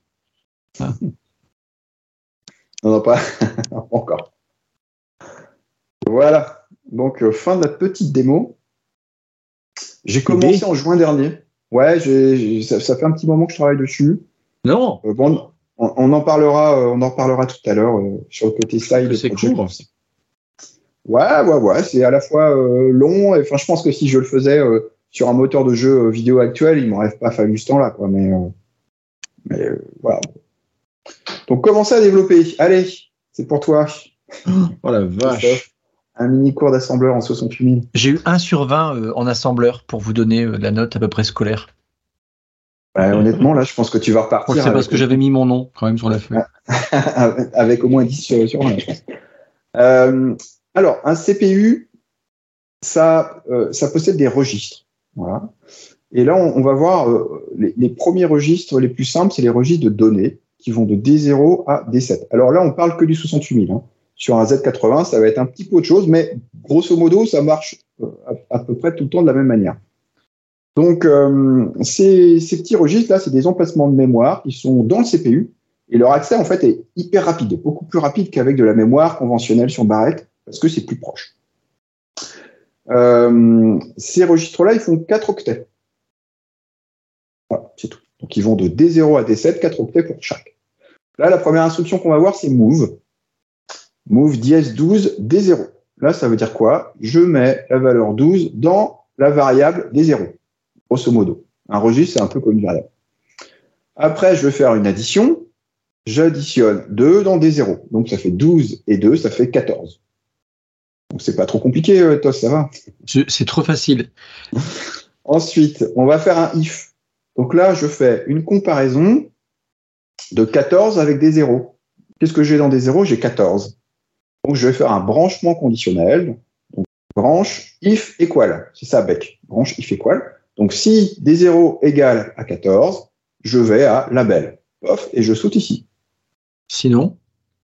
Non, pas encore. Voilà. Donc, fin de la petite démo. J'ai commencé en juin dernier. Ouais, ça fait un petit moment que je travaille dessus. Non. Bon, on en reparlera tout à l'heure sur le côté style. C'est cool. Ouais. C'est à la fois long. Enfin, je pense que si je le faisais sur un moteur de jeu vidéo actuel, il m'aurait pas fallu ce temps-là, quoi. Mais voilà. Donc, commencez à développer. Allez, c'est pour toi. Oh la vache. Un mini cours d'assembleur en 68 000. J'ai eu 1 sur 20 en assembleur pour vous donner la note à peu près scolaire. Honnêtement, là, je pense que tu vas repartir. C'est parce que j'avais mis mon nom quand même sur la feuille. Avec au moins 10 sur 20, je pense. Alors, un CPU, ça possède des registres. Voilà. Et là, on va voir les premiers registres les plus simples, c'est les registres de données qui vont de D0 à D7. Alors là, on parle que du 68 000. Hein. Sur un Z80, ça va être un petit peu autre chose, mais grosso modo, ça marche à peu près tout le temps de la même manière. Donc, ces petits registres-là, c'est des emplacements de mémoire qui sont dans le CPU, et leur accès, en fait, est hyper rapide, beaucoup plus rapide qu'avec de la mémoire conventionnelle sur barrette, parce que c'est plus proche. Ces registres-là, ils font 4 octets. Voilà, c'est tout. Donc, ils vont de D0 à D7, 4 octets pour chaque. Là, la première instruction qu'on va voir, c'est move. Move dièse 12 D0. Là, ça veut dire quoi? Je mets la valeur 12 dans la variable D0, grosso modo. Un registre, c'est un peu comme une variable. Après, je vais faire une addition. J'additionne 2 dans D0. Donc, ça fait 12 et 2, ça fait 14. Donc, c'est pas trop compliqué, Tos, ça va? C'est trop facile. Ensuite, on va faire un if. Donc là, je fais une comparaison de 14 avec des 0. Qu'est-ce que j'ai dans des 0? J'ai 14. Donc, je vais faire un branchement conditionnel. Donc, branche if équal. C'est ça, bec. Branche if équal. Donc, si des 0 égale à 14, je vais à label. Pof, et je saute ici. Sinon,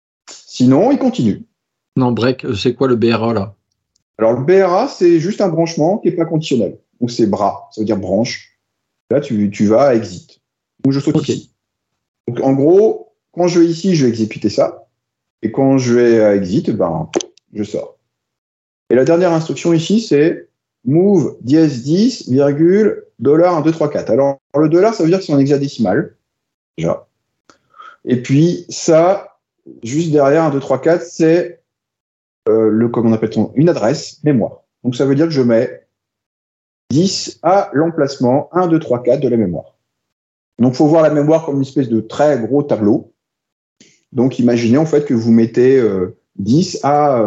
il continue. Non, break, c'est quoi le BRA là? Alors, le BRA, c'est juste un branchement qui n'est pas conditionnel. Donc, c'est bras, ça veut dire branche. Là, tu vas à exit. Donc, je saute ici. Donc, en gros, quand je vais ici, je vais exécuter ça. Et quand je vais à exit, je sors. Et la dernière instruction ici, c'est move dièse 10, virgule, $1234. Alors, le dollar, ça veut dire que c'est en hexadécimal. Déjà. Et puis, ça, juste derrière 1, 2, 3, 4, c'est comment on appelle-t-on, une adresse mémoire. Donc, ça veut dire que je mets 10 à l'emplacement 1, 2, 3, 4 de la mémoire. Donc, il faut voir la mémoire comme une espèce de très gros tableau. Donc, imaginez en fait que vous mettez 10 à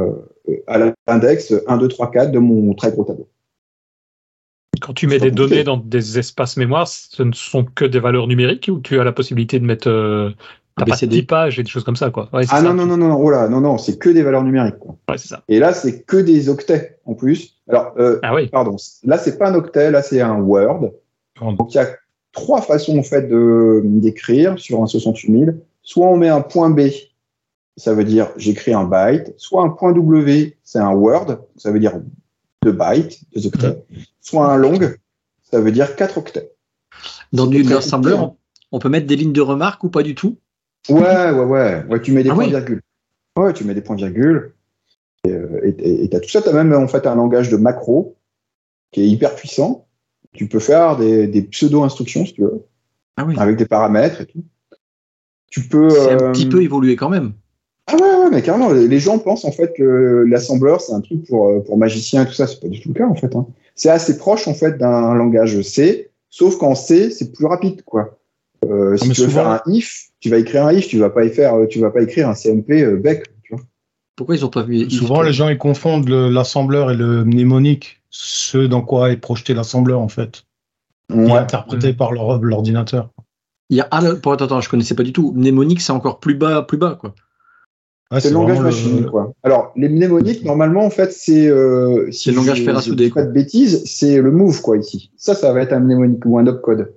l'index 1, 2, 3, 4 de mon très gros tableau. Quand tu mets des données dans des espaces mémoire, ce ne sont que des valeurs numériques ou tu as la possibilité de mettre t'as pas de typage et des choses comme ça, quoi. Ouais, non, c'est que des valeurs numériques, quoi. Ouais, c'est ça. Et là, c'est que des octets en plus. Alors, pardon, là, c'est pas un octet, là, c'est un Word. Donc, il y a 3 façons en fait d'écrire sur un 68 000. Soit on met un point B, ça veut dire j'écris un byte. Soit un point W, c'est un Word, ça veut dire 2 bytes, 2 octets. Soit un long, ça veut dire 4 octets. Dans l'assembler, on peut mettre des lignes de remarque ou pas du tout? Ouais, tu mets des points-virgules. Ouais, tu mets des points-virgules. Et tu as tout ça. Tu as même en fait un langage de macro qui est hyper puissant. Tu peux faire des pseudo-instructions si tu veux, avec des paramètres et tout. Tu peux. C'est un petit peu évolué quand même. Ah ouais, mais carrément. Les gens pensent en fait que l'assembleur c'est un truc pour magiciens et tout ça. C'est pas du tout le cas en fait. Hein. C'est assez proche en fait d'un langage C, sauf qu'en C c'est plus rapide quoi. Si tu veux faire un if, tu vas écrire un if, tu vas pas écrire un CMP bec. Tu vois. Pourquoi ils ont pas vu? Souvent, les gens ils confondent l'assembleur et le mnémonique, ce dans quoi est projeté l'assembleur en fait, et interprété par l'ordinateur. Il y a attends, je connaissais pas du tout. Mnémonique, c'est encore plus bas quoi. Ouais, c'est le langage machine quoi. Alors les mnémoniques normalement en fait c'est le langage fer à souder. Pas de bêtises, c'est le move quoi ici. Ça va être un mnémonique ou un opcode.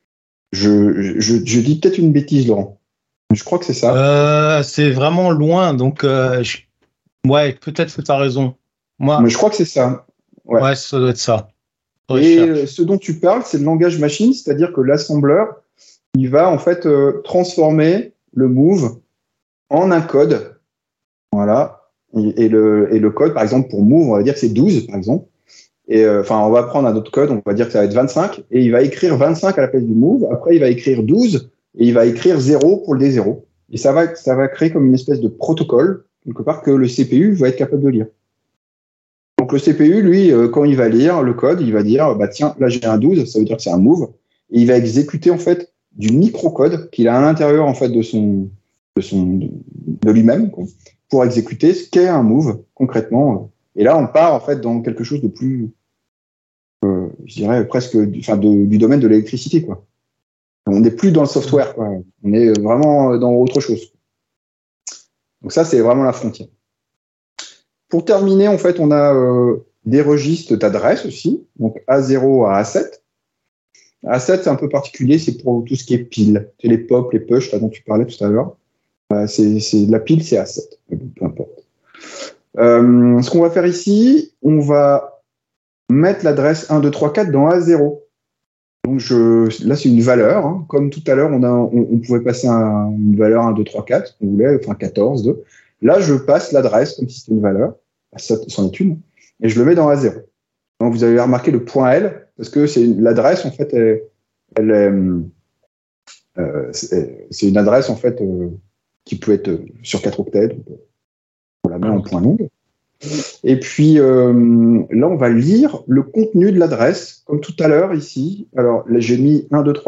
Je dis peut-être une bêtise, Laurent. Je crois que c'est ça. C'est vraiment loin, donc peut-être que tu as raison. Mais je crois que c'est ça. Ouais, ça doit être ça. Et ce dont tu parles, c'est le langage machine, c'est-à-dire que l'assembleur, il va en fait transformer le move en un code. Voilà. Et le code, par exemple, pour move, on va dire que c'est 12, par exemple. Et on va prendre un autre code, on va dire que ça va être 25, et il va écrire 25 à la place du move. Après, il va écrire 12 et il va écrire 0 pour le D0. Et ça va créer comme une espèce de protocole, quelque part, que le CPU va être capable de lire. Donc le CPU, lui, quand il va lire le code, il va dire, tiens, là j'ai un 12, ça veut dire que c'est un move, et il va exécuter en fait du microcode qu'il a à l'intérieur en fait de lui-même, quoi, pour exécuter ce qu'est un move concrètement. Et là, on part en fait dans quelque chose de plus, je dirais presque, du domaine de l'électricité, quoi. On n'est plus dans le software, quoi. On est vraiment dans autre chose. Donc ça, c'est vraiment la frontière. Pour terminer, en fait, on a des registres d'adresse aussi, donc A0 à A7. A7, c'est un peu particulier, c'est pour tout ce qui est pile. C'est les pop, les push, là dont tu parlais tout à l'heure. C'est la pile, c'est A7. Peu importe. Ce qu'on va faire ici, on va mettre l'adresse 1, 2, 3, 4 dans A0. Donc là, c'est une valeur. Hein. Comme tout à l'heure, on pouvait passer une valeur 1, 2, 3, 4, qu'on voulait, 14, 2. Là, je passe l'adresse comme si c'était une valeur. Ça, c'en est une. Et je le mets dans A0. Donc, vous avez remarqué le point L, parce que c'est l'adresse, en fait, elle C'est une adresse en fait qui peut être sur 4 octets. Donc, on la met en point long. Et puis là, on va lire le contenu de l'adresse, comme tout à l'heure ici. Alors là, j'ai mis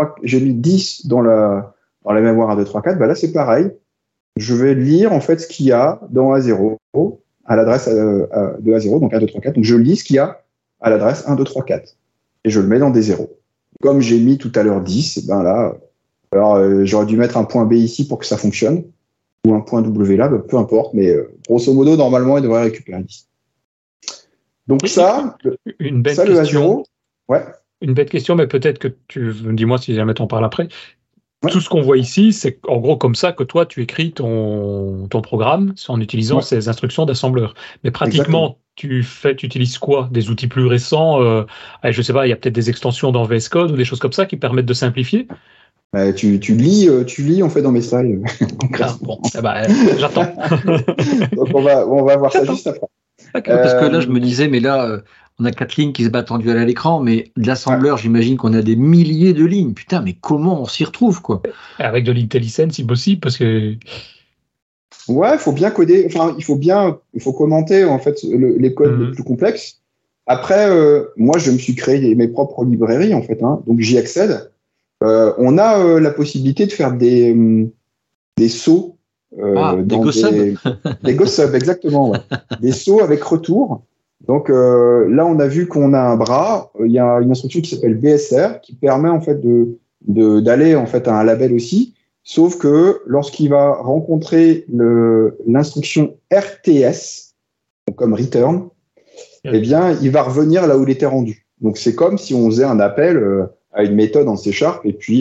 10 dans la mémoire 1, 2, 3, 4. Bah, là, c'est pareil. Je vais lire en fait ce qu'il y a dans A0 à l'adresse de A0, donc 1, 2, 3, 4. Donc je lis ce qu'il y a à l'adresse 1, 2, 3, 4. Et je le mets dans des zéros. Comme j'ai mis tout à l'heure 10, et ben là, alors j'aurais dû mettre un point B ici pour que ça fonctionne, ou un point W là, peu importe, mais grosso modo, normalement, il devrait récupérer 10. Donc ça, une bête ça, question. Le A0, ouais. Une bête question, mais peut-être que dis-moi si jamais t'en parles après. Ouais. Tout ce qu'on voit ici, c'est en gros comme ça que toi, tu écris ton programme en utilisant ces instructions d'assembleur. Mais pratiquement, tu utilises quoi? Des outils plus récents? Je sais pas, il y a peut-être des extensions dans VS Code ou des choses comme ça qui permettent de simplifier? Tu lis en fait dans mes slides. Bon, j'attends. Donc on va voir ça juste après. Parce que là, je me disais, mais là, on a 4 lignes qui se battent en duel à l'écran, mais de l'assembleur, j'imagine qu'on a des milliers de lignes. Putain, mais comment on s'y retrouve, quoi? Avec de l'IntelliSense, si possible, parce que... Ouais, il faut bien coder. Enfin, il faut commenter en fait les codes les plus complexes. Après, moi, je me suis créé mes propres librairies en fait, donc j'y accède. On a la possibilité de faire des sauts. Des GoSub. Des GoSub, exactement. Ouais. Des sauts avec retour. Donc là, on a vu qu'on a un bras. Il y a une instruction qui s'appelle BSR qui permet en fait d'aller en fait à un label aussi. Sauf que lorsqu'il va rencontrer l'instruction RTS, donc comme return, eh bien, il va revenir là où il était rendu. Donc c'est comme si on faisait un appel à une méthode en C# et puis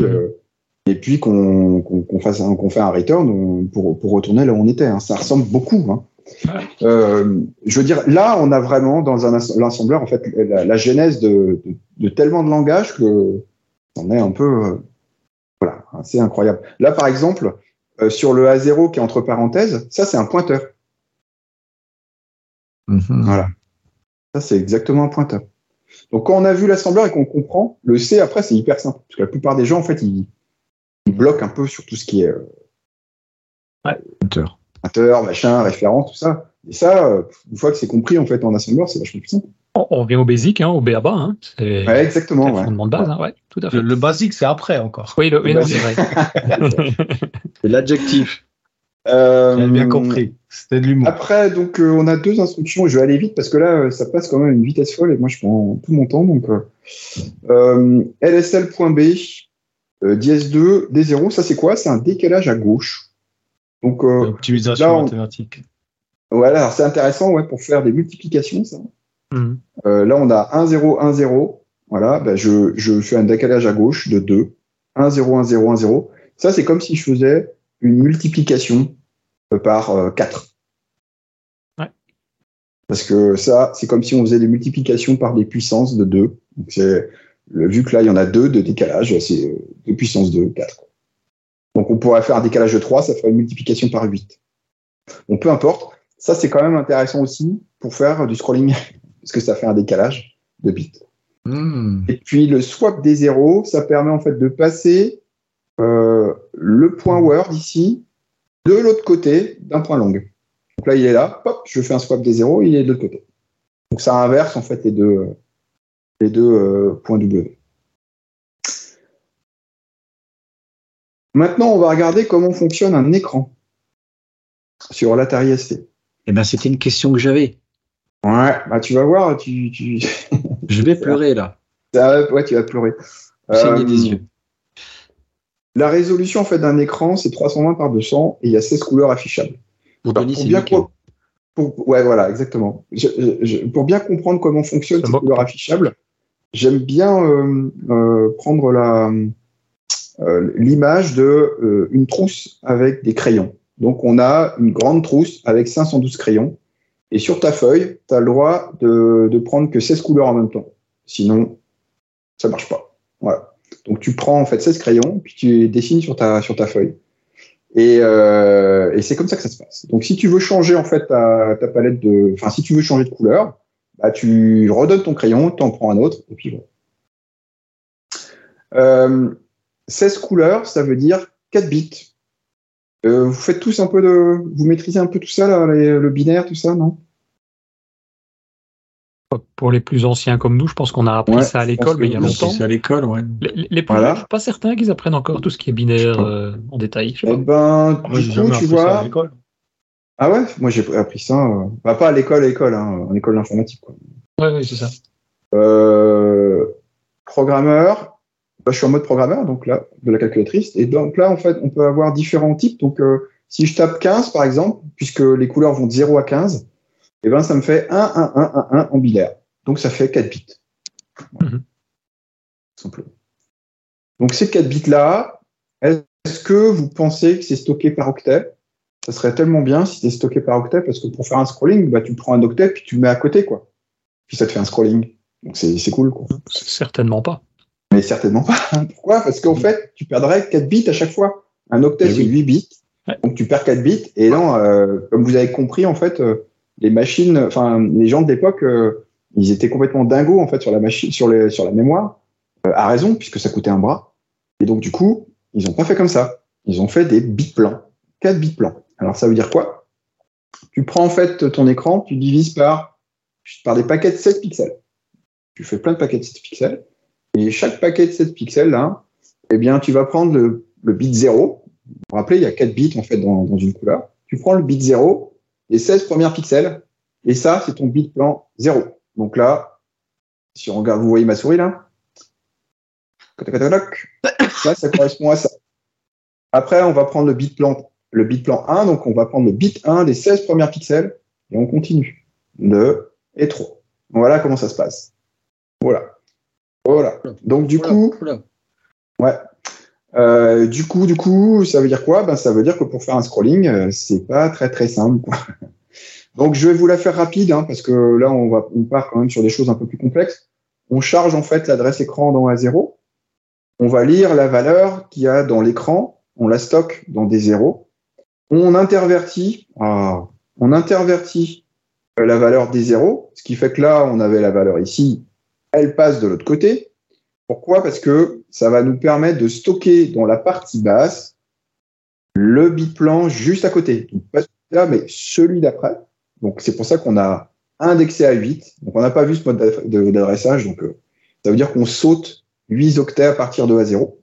qu'on fait un return pour retourner là où on était. Ça ressemble beaucoup. Je veux dire, là, on a vraiment dans l'assembleur en fait la genèse de tellement de langages que on est un peu voilà, c'est incroyable. Là, par exemple, sur le A0 qui est entre parenthèses, ça c'est un pointeur. Voilà, ça c'est exactement un pointeur. Donc quand on a vu l'assembleur et qu'on comprend, le C après c'est hyper simple parce que la plupart des gens en fait ils bloquent un peu sur tout ce qui est pointeur, machin, référence, tout ça. Et ça, une fois que c'est compris en fait en assembleur, c'est vachement plus simple. On revient au basic, au B.A.B.A. Ouais, exactement. C'est le fondement de base, tout à fait. Le basique, c'est après encore. Oui, c'est vrai. C'est l'adjectif. J'ai bien compris. C'était de l'humour. Après, donc, on a 2 instructions. Je vais aller vite parce que là, ça passe quand même à une vitesse folle et moi, je prends tout mon temps. Donc, LSL.B, dièse2, D0, ça c'est quoi? C'est un décalage à gauche. Donc, optimisation mathématique. Voilà, alors c'est intéressant pour faire des multiplications, ça. Là, on a 1, 0, 1, 0. Voilà, je fais un décalage à gauche de 2. 1, 0, 1, 0, 1, 0. Ça, c'est comme si je faisais une multiplication par 4. Ouais. Parce que ça, c'est comme si on faisait des multiplications par des puissances de 2. Donc vu que là, il y en a 2 de décalage, c'est 2 puissance 2, 4. Donc, on pourrait faire un décalage de 3, ça ferait une multiplication par 8. Donc, peu importe. Ça, c'est quand même intéressant aussi pour faire du scrolling, parce que ça fait un décalage de bits. Et puis, le swap des zéros, ça permet en fait de passer le point word ici de l'autre côté d'un point long. Donc là, il est là, hop, je fais un swap des zéros, il est de l'autre côté. Donc, ça inverse en fait les deux points W. Maintenant, on va regarder comment fonctionne un écran sur l'Atari ST. Eh ben, c'était une question que j'avais. Ouais, tu vas voir, Je vais pleurer là. Ouais, tu vas pleurer. Saigner des yeux. La résolution en fait d'un écran, c'est 320 par 200 et il y a 16 couleurs affichables. Ouais, voilà, exactement. Pour bien comprendre comment fonctionnent ces couleurs affichables, j'aime bien prendre l'image de une trousse avec des crayons. Donc, on a une grande trousse avec 512 crayons. Et sur ta feuille, tu as le droit de prendre que 16 couleurs en même temps. Sinon, ça marche pas. Voilà. Donc, tu prends en fait 16 crayons, puis tu les dessines sur ta feuille. Et c'est comme ça que ça se passe. Donc, si tu veux changer en fait ta palette si tu veux changer de couleur, tu redonnes ton crayon, tu en prends un autre, et puis voilà. 16 couleurs, ça veut dire 4 bits. Vous faites tous un peu vous maîtrisez un peu tout ça, là, le binaire, tout ça, non? Pour les plus anciens comme nous, je pense qu'on a appris ça à l'école, mais il y a longtemps. C'est à l'école, ouais. Les plus jeunes, je suis pas certain qu'ils apprennent encore tout ce qui est binaire en détail. Eh ben, du coup, tu vois. Ah ouais, moi j'ai appris ça. Pas à l'école, hein, en école d'informatique, quoi. Ouais, c'est ça. Programmeur. Je suis en mode programmeur, donc là, de la calculatrice. Et donc là, en fait, on peut avoir différents types. Donc, si je tape 15, par exemple, puisque les couleurs vont de 0 à 15, eh ben, ça me fait 1, 1, 1, 1, 1 en binaire. Donc, ça fait 4 bits. Voilà. Simplement. Donc, ces 4 bits-là, est-ce que vous pensez que c'est stocké par octet? Ça serait tellement bien si c'était stocké par octet, parce que pour faire un scrolling, bah, tu prends un octet puis tu le mets à côté, quoi. Puis ça te fait un scrolling. Donc, c'est cool, quoi. Certainement pas. Mais certainement pas. Pourquoi? Parce qu'en fait, tu perdrais 4 bits à chaque fois. Un octet, c'est 8 bits. Ouais. Donc, tu perds 4 bits. Et non, comme vous avez compris, en fait, les machines, enfin, les gens de l'époque, ils étaient complètement dingos, en fait, sur la machine, sur la mémoire. À raison, puisque ça coûtait un bras. Et donc, du coup, ils n'ont pas fait comme ça. Ils ont fait des bits plans. 4 bits plans. Alors, ça veut dire quoi? Tu prends, en fait, ton écran, tu divises par des paquets de 7 pixels. Tu fais plein de paquets de 7 pixels. Et chaque paquet de 7 pixels, là, eh bien, tu vas prendre le bit 0. Vous vous rappelez, il y a 4 bits, en fait, dans une couleur. Tu prends le bit 0, les 16 premiers pixels, et ça, c'est ton bit plan 0. Donc là, si on regarde, vous voyez ma souris, là? Là, ça correspond à ça. Après, on va prendre le bit plan 1, donc on va prendre le bit 1 des 16 premiers pixels, et on continue. 2 et 3. Voilà comment ça se passe. Voilà. Donc du coup, ouais. Du coup, ça veut dire quoi? Ben, ça veut dire que pour faire un scrolling, c'est pas très très simple, quoi. Donc je vais vous la faire rapide, hein, parce que là on part quand même sur des choses un peu plus complexes. On charge en fait l'adresse écran dans A0. On va lire la valeur qu'il y a dans l'écran. On la stocke dans des zéros. On intervertit la valeur des zéros, ce qui fait que là on avait la valeur ici. Elle passe de l'autre côté. Pourquoi? Parce que ça va nous permettre de stocker dans la partie basse le bit plan juste à côté. Donc, pas celui-là, mais celui d'après. Donc, c'est pour ça qu'on a indexé à 8. Donc, on n'a pas vu ce mode d'adressage. Donc, ça veut dire qu'on saute 8 octets à partir de A0.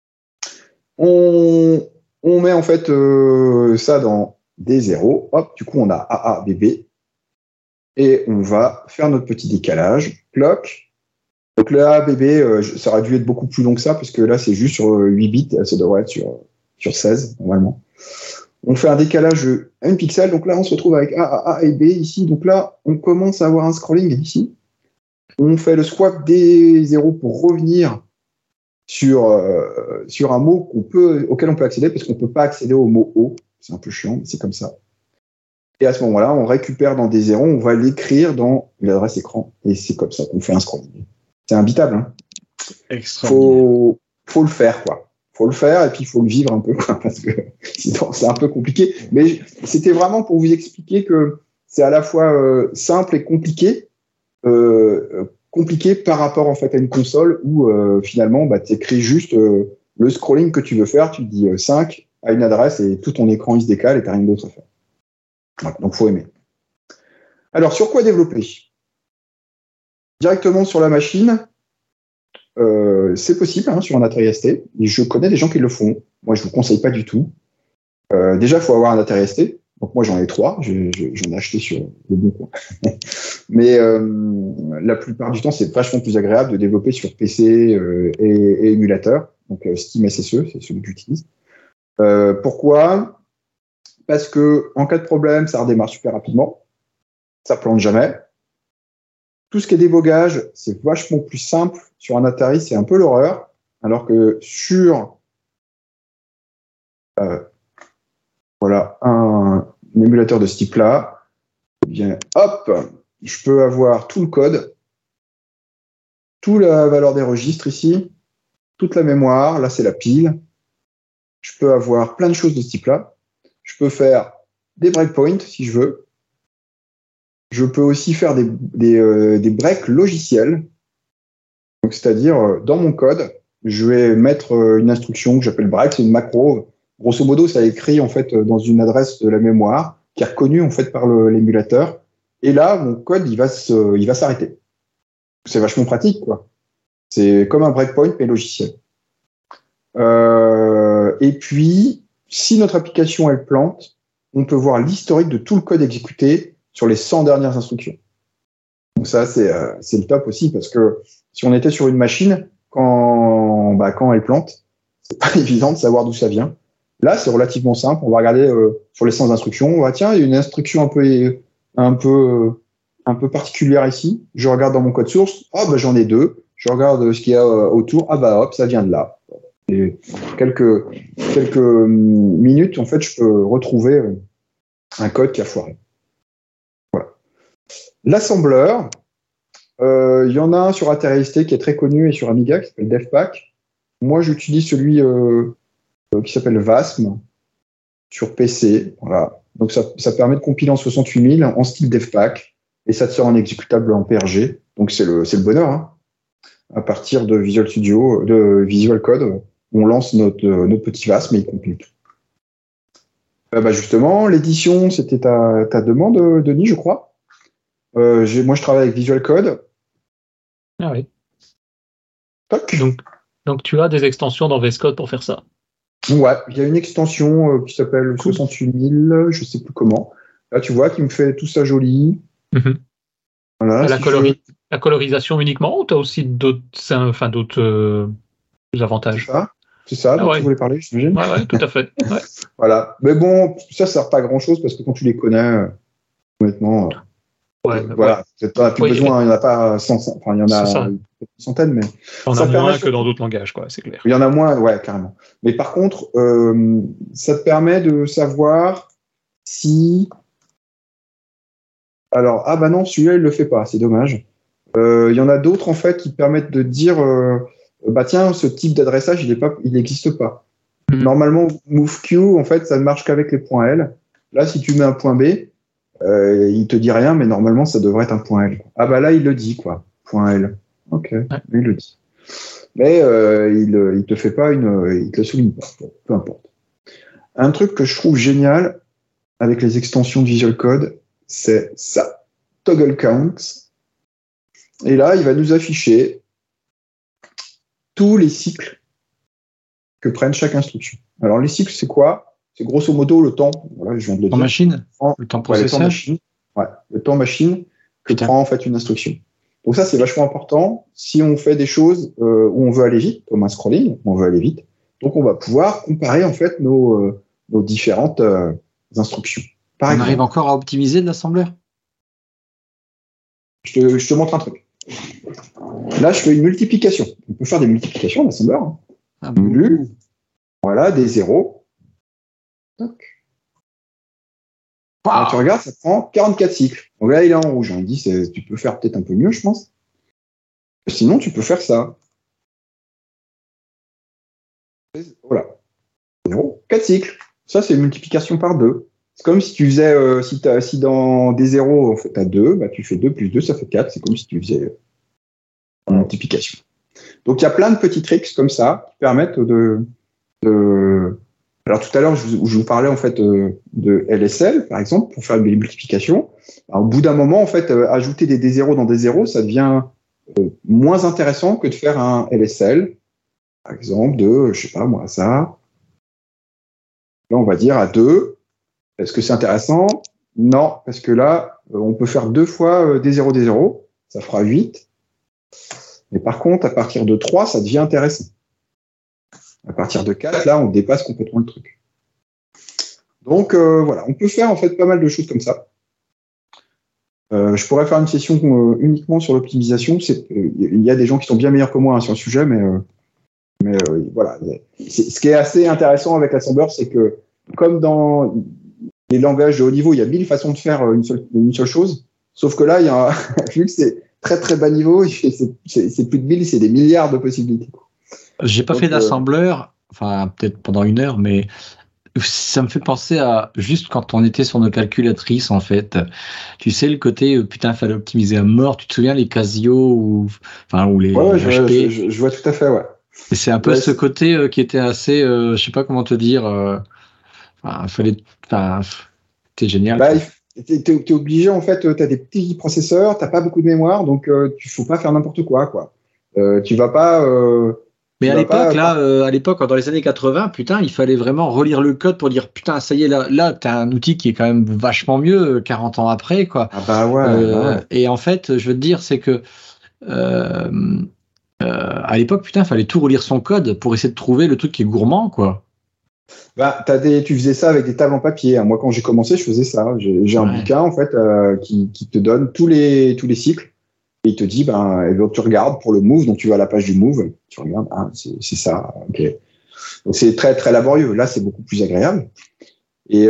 On met en fait ça dans des zéros. Hop, du coup, on a AA, BB. Et on va faire notre petit décalage. Clock. Donc là, bébé, ça aurait dû être beaucoup plus long que ça, parce que là, c'est juste sur 8 bits, ça devrait être sur 16, normalement. On fait un décalage à 1 pixel, donc là, on se retrouve avec A et B ici. Donc là, on commence à avoir un scrolling ici. On fait le swap des zéros pour revenir sur un mot auquel on peut accéder, parce qu'on ne peut pas accéder au mot O. C'est un peu chiant, mais c'est comme ça. Et à ce moment-là, on récupère dans des zéros, on va l'écrire dans l'adresse écran. Et c'est comme ça qu'on fait un scrolling. C'est imbitable, hein. Faut le faire, quoi. Faut le faire et puis il faut le vivre un peu, quoi, parce que sinon c'est un peu compliqué. Mais c'était vraiment pour vous expliquer que c'est à la fois simple et compliqué. Compliqué par rapport en fait à une console où finalement tu écris juste le scrolling que tu veux faire, tu dis 5 à une adresse et tout ton écran il se décale et tu n'as rien d'autre à faire. Voilà, donc faut aimer. Alors sur quoi développer? Directement sur la machine, c'est possible, hein, sur un Atari ST. Et je connais des gens qui le font. Moi, je ne vous conseille pas du tout. Déjà, il faut avoir un Atari ST. Donc moi, j'en ai 3. J'en ai acheté sur le bon coin. Mais la plupart du temps, c'est vachement plus agréable de développer sur PC et émulateur. Donc Steam SSE, c'est celui que j'utilise. Pourquoi? Parce que en cas de problème, ça redémarre super rapidement. Ça plante jamais. Tout ce qui est débogage, c'est vachement plus simple. Sur un Atari, c'est un peu l'horreur. Alors que sur un émulateur de ce type-là, eh bien, hop, je peux avoir tout le code, toute la valeur des registres ici, toute la mémoire. Là, c'est la pile. Je peux avoir plein de choses de ce type-là. Je peux faire des breakpoints si je veux. Je peux aussi faire des breaks logiciels. Donc, c'est-à-dire, dans mon code, je vais mettre une instruction que j'appelle break, c'est une macro. Grosso modo, ça est écrit en fait dans une adresse de la mémoire qui est reconnue en fait par l'émulateur. Et là, mon code, il va s'arrêter. C'est vachement pratique, quoi. C'est comme un breakpoint mais logiciel. Et puis, si notre application elle plante, on peut voir l'historique de tout le code exécuté sur les 100 dernières instructions. Donc ça, c'est le top aussi parce que si on était sur une machine, quand elle plante, c'est pas évident de savoir d'où ça vient. Là, c'est relativement simple. On va regarder sur les 100 instructions. On va tiens, il y a une instruction un peu particulière ici. Je regarde dans mon code source. J'en ai 2. Je regarde ce qu'il y a autour. Hop, ça vient de là. Et quelques minutes, en fait, je peux retrouver un code qui a foiré. Voilà. L'assembleur, il y en a un sur Atari-ST qui est très connu et sur Amiga qui s'appelle DevPack. Moi, j'utilise celui qui s'appelle VASM sur PC. Voilà. Donc, ça permet de compiler en 68000 en style DevPack et ça te sort un exécutable en PRG. Donc, c'est le bonheur. Hein. À partir de Visual Studio, de Visual Code, on lance notre petit VASM et il compile tout. Justement, l'édition, c'était ta demande, Denis, je crois. Moi, je travaille avec Visual Code. Ah oui. Toc. Donc, tu as des extensions dans VS Code pour faire ça. Ouais, il y a une extension qui s'appelle 68000, je sais plus comment. Là, tu vois, qui me fait tout ça joli. Mm-hmm. Voilà, la colorisation uniquement ou tu as aussi d'autres avantages? C'est ça dont tu voulais parler, j'imagine. Ouais, tout à fait. Ouais. Voilà. Mais bon, ça sert pas à grand-chose parce que quand tu les connais, honnêtement, voilà. Tu n'as plus besoin, il n'y en a pas 100, il y en a une centaine, mais on a moins que dans d'autres langages, quoi, c'est clair. Il y en a moins, ouais, carrément. Mais par contre, ça te permet de savoir si... Alors, non, celui-là, il le fait pas, c'est dommage. Il y en a d'autres, en fait, qui permettent de dire, tiens, ce type d'adressage, il n'existe pas. Normalement, MoveQ, en fait, ça ne marche qu'avec les points L. Là, si tu mets un point B, il te dit rien, mais normalement, ça devrait être un point L. Là, il le dit, quoi. Point L. Ok, il le dit. Mais il te fait pas il te le souligne pas. Peu importe. Un truc que je trouve génial avec les extensions de Visual Code, c'est ça. Toggle counts. Et là, il va nous afficher tous les cycles que prennent chaque instruction. Alors, les cycles, c'est quoi? C'est grosso modo le temps. Voilà, je viens de le dire. Machine. Le temps processage. Le temps machine que prend en fait une instruction. Donc ça, c'est vachement important. Si on fait des choses où on veut aller vite, comme un scrolling, on veut aller vite. Donc, on va pouvoir comparer en fait nos différentes instructions. Par exemple, arrive encore à optimiser de l'assembleur? Je te montre un truc. Là, je fais une multiplication. On peut faire des multiplications d'assembleur. Voilà, des zéros. Toc. Wow. Alors, tu regardes, ça prend 44 cycles. Donc là, il est en rouge. On dit, tu peux faire peut-être un peu mieux, je pense. Sinon, tu peux faire ça. Voilà. 4 cycles. Ça, c'est une multiplication par 2. C'est comme si tu faisais, si dans des zéros, en fait, tu as 2, tu fais 2 plus 2, ça fait 4. C'est comme si tu faisais une multiplication. Donc, il y a plein de petits tricks comme ça qui permettent de... Alors, tout à l'heure, je vous parlais, en fait, de LSL, par exemple, pour faire des multiplications. Alors, au bout d'un moment, en fait, ajouter des zéros dans des zéros, ça devient moins intéressant que de faire un LSL, par exemple, de, je sais pas, moi, ça. Là, on va dire à 2. Est-ce que c'est intéressant? Non, parce que là, on peut faire 2 fois des 0, ça fera 8. Mais par contre, à partir de 3, ça devient intéressant. À partir de 4, là, on dépasse complètement le truc. Donc, voilà, on peut faire en fait pas mal de choses comme ça. Je pourrais faire une session uniquement sur l'optimisation. Il y a des gens qui sont bien meilleurs que moi sur le sujet, mais voilà. Ce qui est assez intéressant avec l'assembleur, c'est que comme dans les langages de haut niveau, il y a 1000 façons de faire une seule chose. Sauf que là, vu que c'est très très bas niveau, c'est plus de 1000, c'est des milliards de possibilités. J'ai pas fait d'assembleur, enfin peut-être pendant 1 heure, mais ça me fait penser à juste quand on était sur nos calculatrices en fait. Tu sais le côté putain fallait optimiser à mort. Tu te souviens les Casio ou les HP? Je vois tout à fait, ouais. Et c'est un peu ce côté qui était assez, je sais pas comment te dire, t'es génial. Bah, t'es obligé, en fait, t'as des petits processeurs, t'as pas beaucoup de mémoire, donc tu faut pas faire n'importe quoi. Tu vas pas. Mais à l'époque, dans les années 80, putain, il fallait vraiment relire le code pour dire, putain, ça y est, là, t'as un outil qui est quand même vachement mieux 40 ans après, quoi. Ah bah ouais. Et en fait, je veux te dire, c'est que à l'époque, putain, il fallait tout relire son code pour essayer de trouver le truc qui est gourmand, quoi. Bah, tu faisais ça avec des tables en papier. Moi, quand j'ai commencé, je faisais ça. J'ai un bouquin, en fait, qui te donne tous les cycles. Et il te dit, et donc tu regardes pour le move, donc tu vas à la page du move, tu regardes, c'est ça, ok. Donc c'est très, très laborieux. Là, c'est beaucoup plus agréable. Et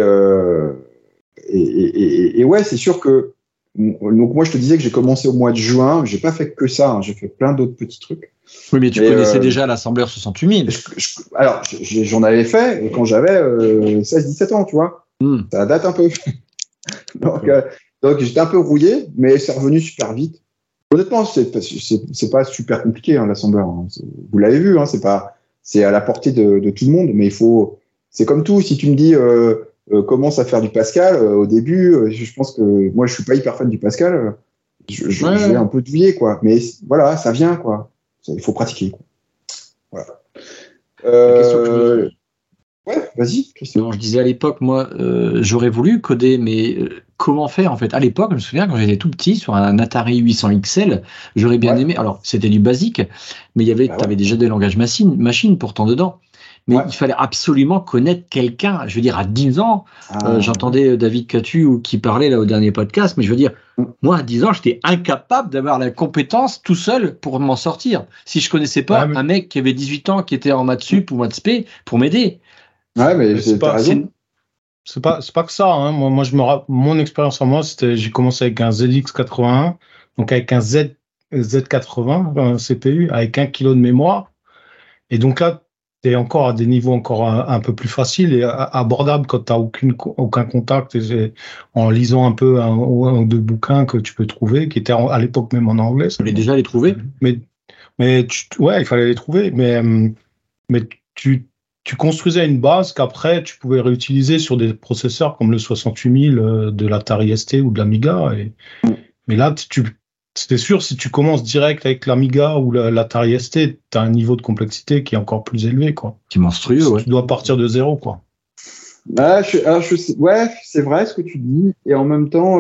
ouais, c'est sûr que, donc moi, je te disais que j'ai commencé au mois de juin. J'ai pas fait que ça, j'ai fait plein d'autres petits trucs. Oui, mais tu connaissais déjà l'assembleur 68000. Alors, j'en avais fait quand j'avais 16-17 ans, tu vois. Ça date un peu. Donc j'étais un peu rouillé, mais c'est revenu super vite. Honnêtement, c'est pas super compliqué, l'assembleur. Vous l'avez vu, c'est à la portée de tout le monde, mais c'est comme tout. Si tu me dis commence à faire du Pascal au début, je pense que moi je suis pas hyper fan du Pascal. Je vais un peu douiller, quoi. Mais voilà, ça vient, quoi. Il faut pratiquer, quoi. Voilà. Ouais, vas-y, Christian. Non, je disais à l'époque, moi, j'aurais voulu coder, mais comment faire, en fait? À l'époque, je me souviens, quand j'étais tout petit, sur un Atari 800 XL, j'aurais bien aimé. Alors, c'était du basique, mais t'avais déjà des langages machines pourtant dedans. Mais il fallait absolument connaître quelqu'un. Je veux dire, à 10 ans, j'entendais David Catu qui parlait là au dernier podcast, mais je veux dire, moi, à 10 ans, j'étais incapable d'avoir la compétence tout seul pour m'en sortir. Si je connaissais pas un mec qui avait 18 ans, qui était en maths sup ou maths spé, pour m'aider. Ouais, mais c'est pas que ça. Moi, mon expérience en moi, j'ai commencé avec un ZX81, donc avec un Z80, un CPU, avec 1 kg de mémoire. Et donc là, tu es encore à des niveaux encore un peu plus faciles et abordables quand tu n'as aucun contact, et en lisant un peu un ou deux bouquins que tu peux trouver, qui étaient à l'époque même en anglais. Tu voulais déjà les trouver? Mais il fallait les trouver. Mais tu construisais une base qu'après, tu pouvais réutiliser sur des processeurs comme le 68000 de l'Atari ST ou de l'Amiga. Mais là, c'est sûr, si tu commences direct avec l'Amiga ou l'Atari ST, tu as un niveau de complexité qui est encore plus élevé, quoi. Qui est monstrueux, ouais. Tu dois partir de zéro, quoi. C'est vrai ce que tu dis. Et en même temps,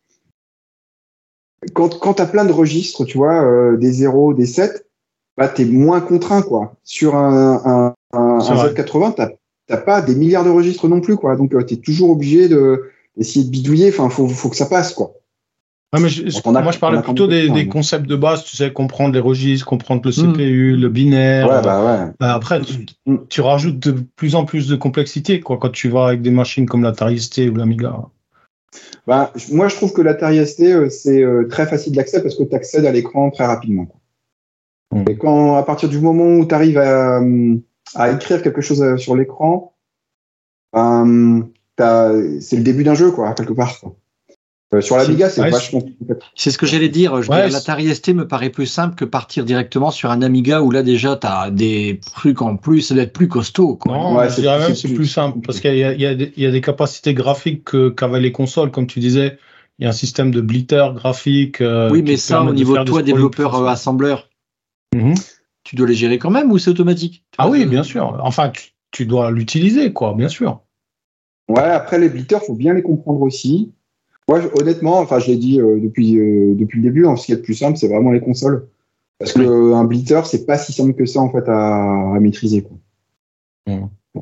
quand tu as plein de registres, tu vois, des 0, des 7, tu es moins contraint, quoi. Sur un Z80, t'as pas des milliards de registres non plus, quoi. Donc, tu es toujours obligé d'essayer de bidouiller. Enfin, faut que ça passe, quoi. Ouais, mais moi, je parlais plutôt des concepts de base, tu sais, comprendre les registres, comprendre le CPU, le binaire. Ouais. Après, tu rajoutes de plus en plus de complexité, quoi, quand tu vas avec des machines comme l'Atari ST ou l'Amiga. Moi, je trouve que l'Atari ST, c'est très facile d'accès parce que tu accèdes à l'écran très rapidement, quoi. Et à partir du moment où tu arrives à écrire quelque chose sur l'écran, c'est le début d'un jeu, quoi, quelque part, quoi. Sur l'Amiga, c'est vachement. C'est ce que j'allais dire. L'Atari ST me paraît plus simple que partir directement sur un Amiga où là déjà tu as des trucs en plus, ça doit être plus costaud, quoi. Non, je dirais même c'est plus simple parce qu'il y a des capacités graphiques qu'avaient les consoles, comme tu disais. Il y a un système de blitter graphique. Oui, mais ça, au niveau de toi, développeur assembleur, tu dois les gérer quand même ou c'est automatique? Oui, bien sûr. Enfin, tu dois l'utiliser, quoi, bien sûr. Ouais, après les blitters, faut bien les comprendre aussi. Moi, honnêtement, je l'ai dit depuis le début, ce qui est le plus simple, c'est vraiment les consoles. Parce que un blitter, c'est pas si simple que ça, en fait, à maîtriser, quoi.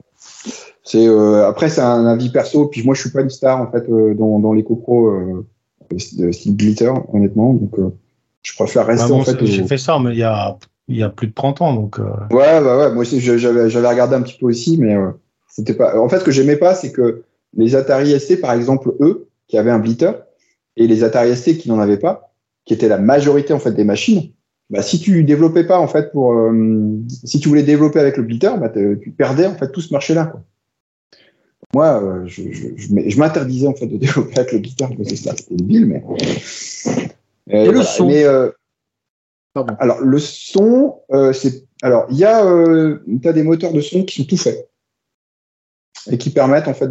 Après, c'est un avis perso, puis moi, je suis pas une star, en fait, dans les copros style blitter, honnêtement, donc je préfère rester, en fait. J'ai fait ça, mais il y a plus de 30 ans, donc. Ouais, moi aussi, j'avais regardé un petit peu aussi, mais c'était pas. En fait, ce que j'aimais pas, c'est que les Atari ST, par exemple, eux, qui avaient un blitter, et les Atari ST qui n'en avaient pas, qui étaient la majorité, en fait, des machines, si tu développais pas, en fait, si tu voulais développer avec le blitter, tu perdais, en fait, tout ce marché-là, quoi. Moi, je m'interdisais, en fait, de développer avec le blitter, parce que c'était débile, mais. Et le son. Alors, le son, Alors, il y a, t'as des moteurs de son qui sont tout faits et qui permettent en fait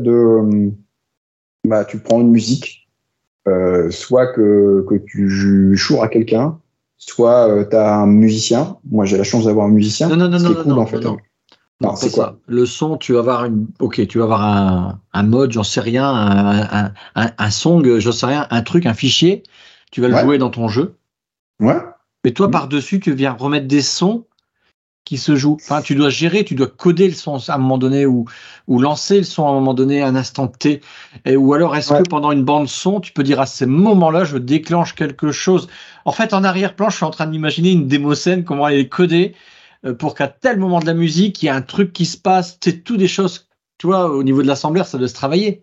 tu prends une musique, soit que tu choures à quelqu'un, soit tu as un musicien. Moi, j'ai la chance d'avoir un musicien. Non, c'est quoi ça. Le son, tu vas avoir tu vas avoir un mode, j'en sais rien, un song, j'en sais rien, un truc, un fichier. Tu vas le jouer dans ton jeu. Ouais. Mais toi, par-dessus, tu viens remettre des sons qui se jouent. Enfin, tu dois gérer, tu dois coder le son à un moment donné ou lancer le son à un moment donné, à un instant T. Ou alors, est-ce que pendant une bande son, tu peux dire à ces moments-là, je déclenche quelque chose. En fait, en arrière-plan, je suis en train d'imaginer une démo scène, comment elle est codée pour qu'à tel moment de la musique, il y a un truc qui se passe. C'est tout des choses, tu vois, au niveau de l'assembleur, ça doit se travailler.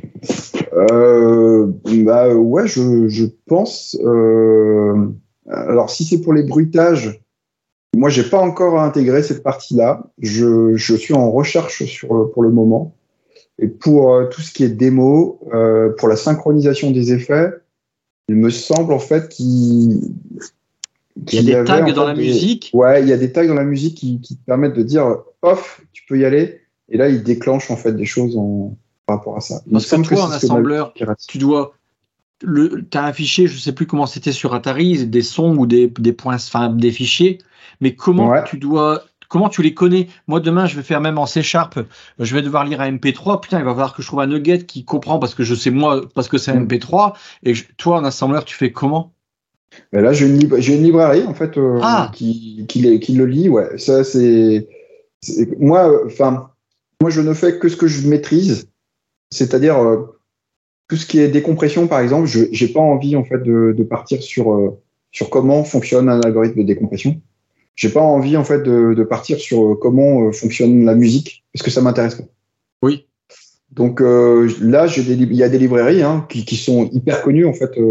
Ouais, je pense. Alors, si c'est pour les bruitages, moi, j'ai pas encore intégré cette partie-là. Je suis en recherche pour le moment. Et pour tout ce qui est démo, pour la synchronisation des effets, il me semble en fait qu'il y a des tags dans la musique. Ouais, il y a des tags dans la musique qui te permettent de dire off, tu peux y aller. Et là, il déclenche en fait des choses par rapport à ça. Parce que toi, en assembleur, tu dois. T'as un fichier, je sais plus comment c'était sur Atari, des sons ou des points, enfin des fichiers. Mais comment tu les connais? Moi, demain, je vais faire même en C#, je vais devoir lire un MP3. Putain, il va falloir que je trouve un nugget qui comprend parce que je sais moi, parce que c'est un MP3. Et toi, en assembleur, tu fais comment? Ben là, j'ai une librairie en fait qui le lit. Ouais, ça c'est moi. Moi, je ne fais que ce que je maîtrise, c'est-à-dire tout ce qui est décompression, par exemple. J'ai pas envie en fait de partir sur comment fonctionne un algorithme de décompression. J'ai pas envie en fait de partir sur comment fonctionne la musique parce que ça m'intéresse pas. Oui. Donc là, il y a des librairies qui sont hyper connues en fait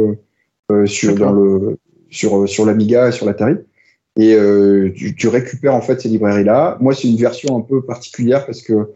sur l'Amiga et sur l'Atari. Et tu récupères en fait ces librairies-là. Moi, c'est une version un peu particulière parce que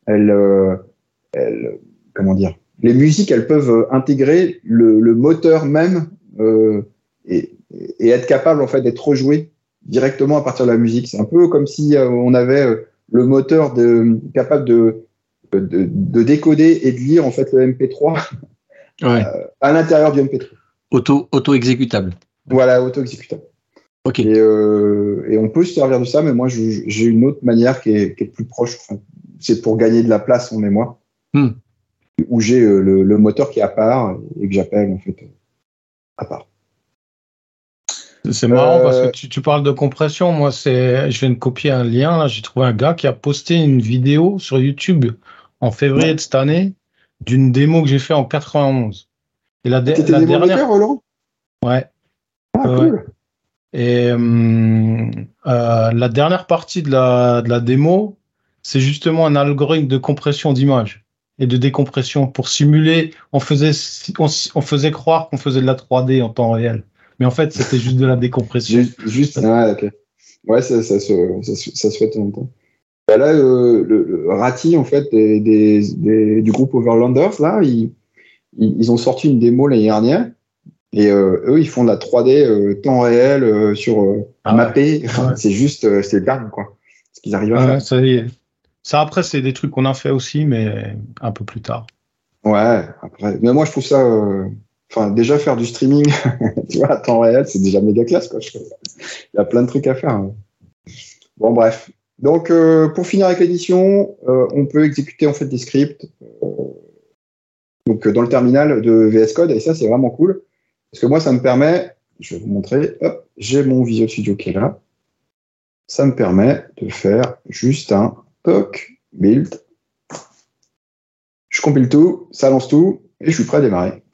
comment dire, les musiques, elles peuvent intégrer le moteur même et être capable en fait d'être rejouées directement à partir de la musique. C'est un peu comme si on avait le moteur capable de décoder et de lire en fait le MP3 à l'intérieur du MP3. Auto-exécutable. Voilà, auto-exécutable. Ok. Et on peut se servir de ça, mais moi j'ai une autre manière qui est plus proche. Enfin, c'est pour gagner de la place en mémoire, où j'ai le moteur qui est à part et que j'appelle en fait à part. C'est marrant parce que tu parles de compression. Moi, je viens de copier un lien. Là, j'ai trouvé un gars qui a posté une vidéo sur YouTube en février de cette année d'une démo que j'ai fait en 91. Et la dernière, Roland ? Ouais. Cool. Et la dernière partie de la démo, c'est justement un algorithme de compression d'image et de décompression pour simuler. On faisait croire qu'on faisait de la 3D en temps réel. Mais en fait, c'était juste de la décompression. Ok. Ouais, ça se fait de temps en temps. Bah là, le Rati, en fait, du groupe Overlanders, là, ils ont sorti une démo l'année dernière. Et eux, ils font de la 3D temps réel sur mappé. Ouais. C'est juste, c'est dingue, quoi. Ce qu'ils arrivent à faire. Ça, après, c'est des trucs qu'on a fait aussi, mais un peu plus tard. Ouais, après. Mais moi, je trouve ça. Déjà faire du streaming, tu vois, à temps réel, c'est déjà méga classe, quoi. Il y a plein de trucs à faire. Bon, bref. Donc, pour finir avec l'édition, on peut exécuter en fait des scripts dans le terminal de VS Code, et ça, c'est vraiment cool. Parce que moi, ça me permet, je vais vous montrer, hop, j'ai mon Visual Studio qui est là. Ça me permet de faire juste un toc, build. Je compile tout, ça lance tout, et je suis prêt à démarrer.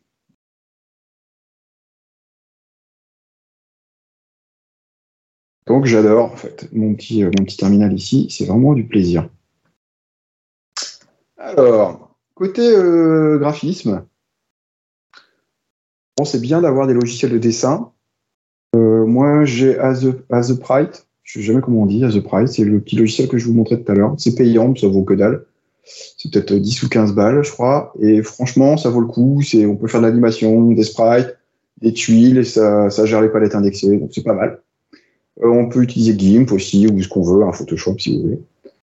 Donc j'adore en fait mon petit terminal ici, c'est vraiment du plaisir. Alors, côté graphisme, bon, c'est bien d'avoir des logiciels de dessin. Moi j'ai Azeprite, je ne sais jamais comment on dit, Azeprite, c'est le petit logiciel que je vous montrais tout à l'heure. C'est payant, ça vaut que dalle. C'est peut-être 10 ou 15 balles, je crois. Et franchement, ça vaut le coup. On peut faire de l'animation, des sprites, des tuiles, et ça gère les palettes indexées, donc c'est pas mal. On peut utiliser GIMP aussi, ou ce qu'on veut, un Photoshop si vous voulez.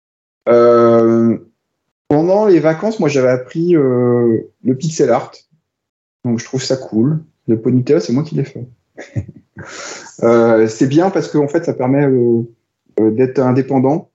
Pendant les vacances, moi j'avais appris le pixel art, donc je trouve ça cool. Le Ponytail, c'est moi qui l'ai fait. C'est bien parce que en fait, ça permet d'être indépendant.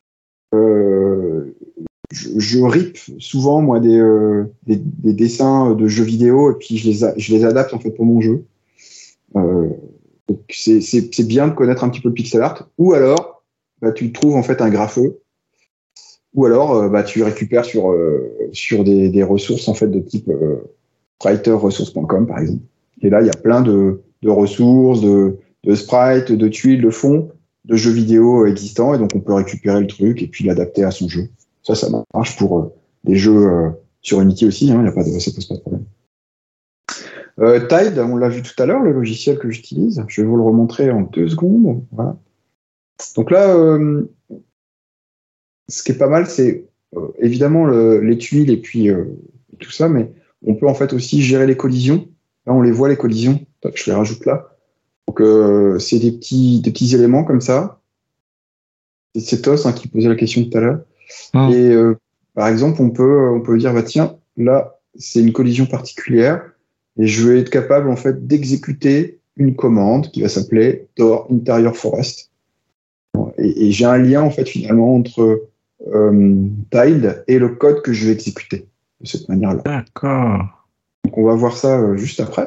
Je rip souvent moi des dessins de jeux vidéo et puis je les adapte en fait pour mon jeu. Donc c'est bien de connaître un petit peu le pixel art. Ou alors, tu trouves en fait un grapheux. Ou alors, tu récupères sur des ressources en fait de type writerresource.com par exemple. Et là, il y a plein de ressources, de sprites, de tuiles, de fonds, de jeux vidéo existants, et donc on peut récupérer le truc et puis l'adapter à son jeu. Ça marche pour des jeux sur Unity aussi, hein, ça pose pas de problème. Tide, on l'a vu tout à l'heure, le logiciel que j'utilise. Je vais vous le remontrer en 2 secondes. Voilà. Donc là, ce qui est pas mal, c'est évidemment les tuiles et puis tout ça, mais on peut en fait aussi gérer les collisions. Là, on les voit, les collisions. Je les rajoute là. Donc, c'est des petits éléments comme ça. C'est Tos qui posait la question tout à l'heure. Et par exemple, on peut dire, tiens, là, c'est une collision particulière, et je vais être capable en fait d'exécuter une commande qui va s'appeler Door Interior Forest. Et j'ai un lien en fait finalement entre Tile et le code que je vais exécuter de cette manière-là. D'accord. Donc on va voir ça juste après.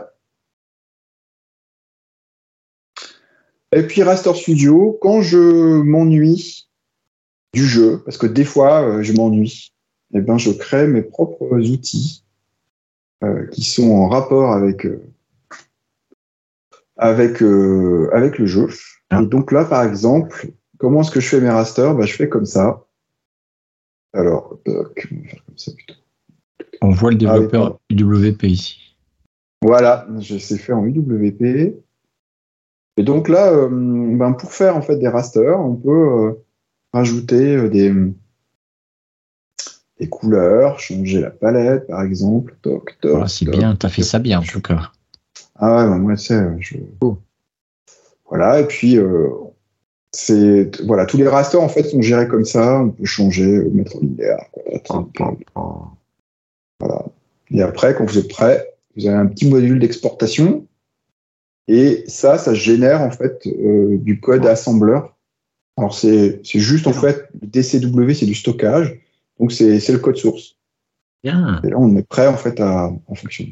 Et puis Raster Studio, quand je m'ennuie du jeu, parce que des fois je m'ennuie, eh ben je crée mes propres outils qui sont en rapport avec le jeu. Ah. Et donc là, par exemple, comment est-ce que je fais mes rasters ? Je fais comme ça. Alors, on va faire comme ça plutôt. On voit le développeur UWP ici. Voilà, je sais faire en UWP. Et donc là, pour faire en fait des rasters, on peut rajouter des couleurs, changer la palette, par exemple. C'est bien, t'as fait ça bien en tout cas. Ah ouais, moi tu sais, Voilà, et puis tous les rasters en fait sont gérés comme ça. On peut changer, mettre en linéaire. Voilà. Et après, quand vous êtes prêt, vous avez un petit module d'exportation. Et ça génère en fait du code assembleur. Alors c'est juste en fait le DCW, c'est du stockage, donc c'est le code source. Bien. Et là on est prêt en fait à fonctionner.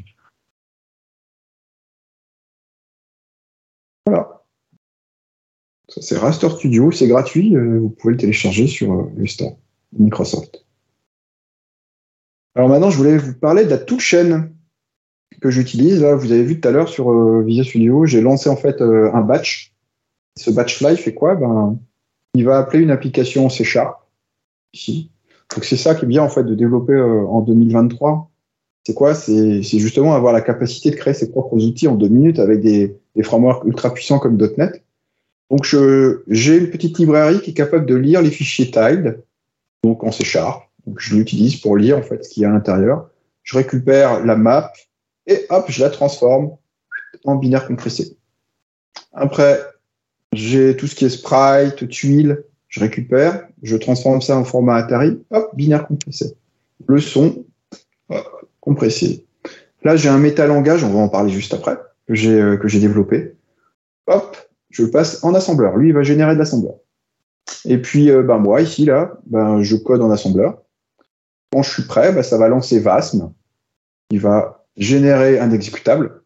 Voilà. Ça c'est Raster Studio, c'est gratuit, vous pouvez le télécharger sur le store de Microsoft. Alors maintenant je voulais vous parler de la toolchain que j'utilise. Là, vous avez vu tout à l'heure sur Visual Studio, j'ai lancé en fait un batch. Ce batch-là, il fait quoi ? Il va appeler une application C# ici. Donc c'est ça qui est bien en fait de développer en 2023. C'est quoi ? C'est justement avoir la capacité de créer ses propres outils en 2 minutes avec des frameworks ultra puissants comme .NET. Donc j'ai une petite librairie qui est capable de lire les fichiers tiled, donc en C#. Donc je l'utilise pour lire en fait ce qu'il y a à l'intérieur. Je récupère la map. Et hop, je la transforme en binaire compressé. Après, j'ai tout ce qui est sprite, tuiles, je récupère, je transforme ça en format Atari, hop, binaire compressé. Le son, hop, compressé. Là, j'ai un métalangage, on va en parler juste après, que j'ai développé. Hop, je le passe en assembleur. Lui, il va générer de l'assembleur. Et puis, moi, ici, là, je code en assembleur. Quand je suis prêt, ça va lancer Vasm. Il va générer un exécutable.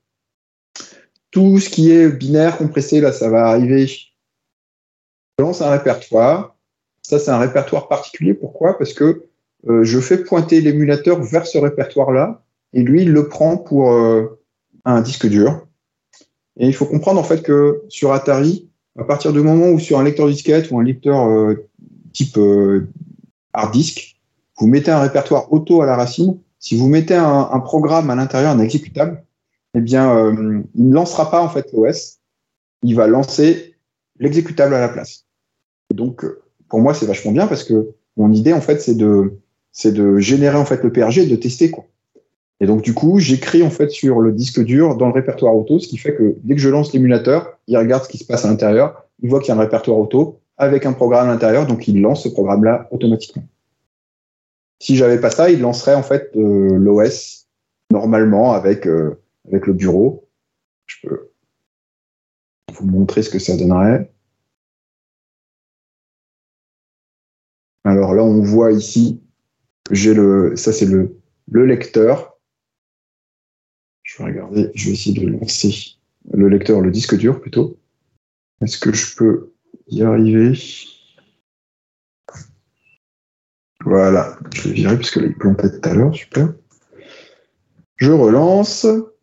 Tout ce qui est binaire compressé, là, ça va arriver. Je lance un répertoire. Ça, c'est un répertoire particulier. Pourquoi ? Parce que je fais pointer l'émulateur vers ce répertoire-là, et lui, il le prend pour un disque dur. Et il faut comprendre en fait que sur Atari, à partir du moment où sur un lecteur disquette ou un lecteur type hard disk, vous mettez un répertoire auto à la racine. Si vous mettez un programme à l'intérieur, un exécutable, eh bien, il ne lancera pas en fait l'OS. Il va lancer l'exécutable à la place. Et donc, pour moi, c'est vachement bien parce que mon idée, en fait, c'est de générer en fait le PRG et de tester quoi. Et donc, du coup, j'écris en fait sur le disque dur dans le répertoire auto, ce qui fait que dès que je lance l'émulateur, il regarde ce qui se passe à l'intérieur il voit qu'il y a un répertoire auto avec un programme à l'intérieur, donc il lance ce programme-là automatiquement. Si j'avais pas ça, il lancerait en fait l'OS normalement avec le bureau. Je peux vous montrer ce que ça donnerait. Alors là, on voit ici, ça c'est le lecteur. Je vais regarder, je vais essayer de lancer le lecteur, le disque dur plutôt. Est-ce que je peux y arriver? Voilà, je l'ai viré parce que là, il plantait tout à l'heure, super. Je relance.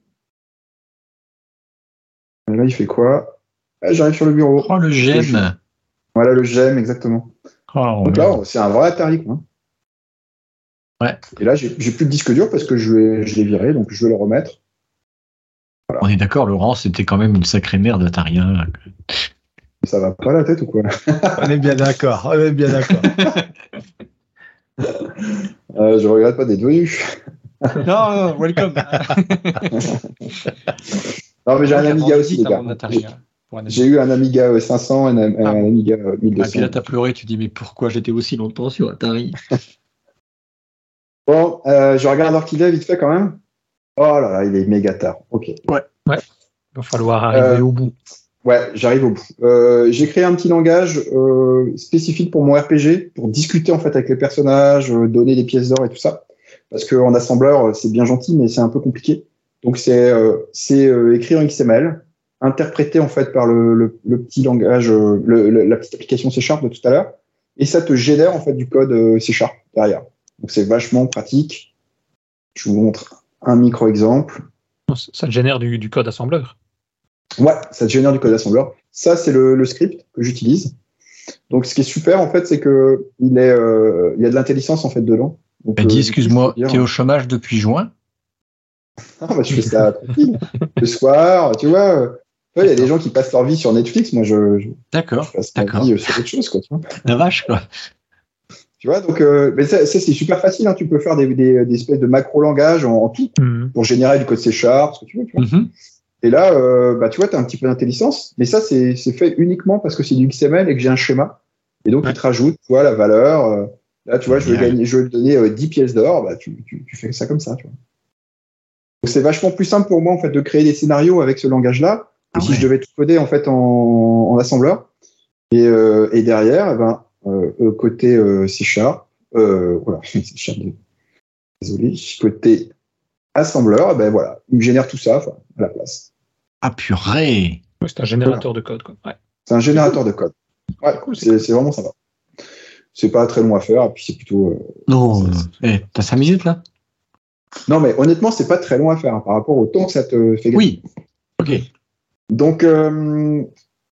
Et là, il fait quoi? J'arrive sur le bureau. Oh, le GEM. Voilà, le GEM, exactement. Oh, donc là, c'est un vrai Atari, quoi. Ouais. Et là, j'ai plus de disque dur parce que je l'ai viré, donc je vais le remettre. Voilà. On est d'accord, Laurent, c'était quand même une sacrée merde d'Atarien. Ça va pas la tête ou quoi? On est bien d'accord, Je regrette pas d'être venu. Non, welcome. Non, mais j'ai un Amiga aussi, les gars. J'ai eu un Amiga 500 et un Amiga 1200. Et puis là, t'as pleuré, tu dis, mais pourquoi j'étais aussi longtemps sur Atari? Bon, je regarde l'heure qu'il est vite fait quand même. Oh là là, il est méga tard. Ok. Ouais. Il va falloir arriver au bout. Ouais, j'arrive au bout. J'ai créé un petit langage spécifique pour mon RPG, pour discuter en fait avec les personnages, donner des pièces d'or et tout ça. Parce qu'en assembleur, c'est bien gentil, mais c'est un peu compliqué. Donc c'est écrire en XML, interprété en fait par le petit langage, la petite application C# de tout à l'heure, et ça te génère en fait du code C# derrière. Donc c'est vachement pratique. Je vous montre un micro-exemple. Ça te génère du code assembleur. Ouais, ça te génère du code assembleur. Ça, c'est le script que j'utilise. Donc, ce qui est super, en fait, c'est que il y a de l'intelligence en fait dedans. Donc, dis, excuse-moi, t'es au chômage depuis juin? Ah, bah, je fais ça tranquille. Le soir, tu vois. Il y a des gens qui passent leur vie sur Netflix. Moi, je passe ma vie sur autre chose, quoi. Tu vois. La vache, quoi. Tu vois, donc, mais ça c'est super facile. Hein. Tu peux faire des espèces de macro-langages en tout pour générer du code C#, ce que tu veux. Tu vois. Et là, tu vois, tu as un petit peu d'intelligence, mais ça, c'est fait uniquement parce que c'est du XML et que j'ai un schéma. Et donc, il te rajoute, tu vois, la valeur. Là, tu vois, je vais donner 10 pièces d'or. Bah, tu fais ça comme ça, tu vois. Donc, c'est vachement plus simple pour moi, en fait, de créer des scénarios avec ce langage-là que si je devais tout coder, en fait, en assembleur. Et derrière, côté C#, voilà, désolé, côté assembleur, voilà, il me génère tout ça à la place. Ah purée! C'est un générateur de code, quoi. Ouais. C'est un générateur de code. Ouais, cool, c'est vraiment sympa. C'est pas très long à faire, et puis c'est plutôt. Non, t'as 5 minutes là? Non, mais honnêtement, c'est pas très long à faire par rapport au temps que ça te fait gagner. Oui. Ok. Donc, le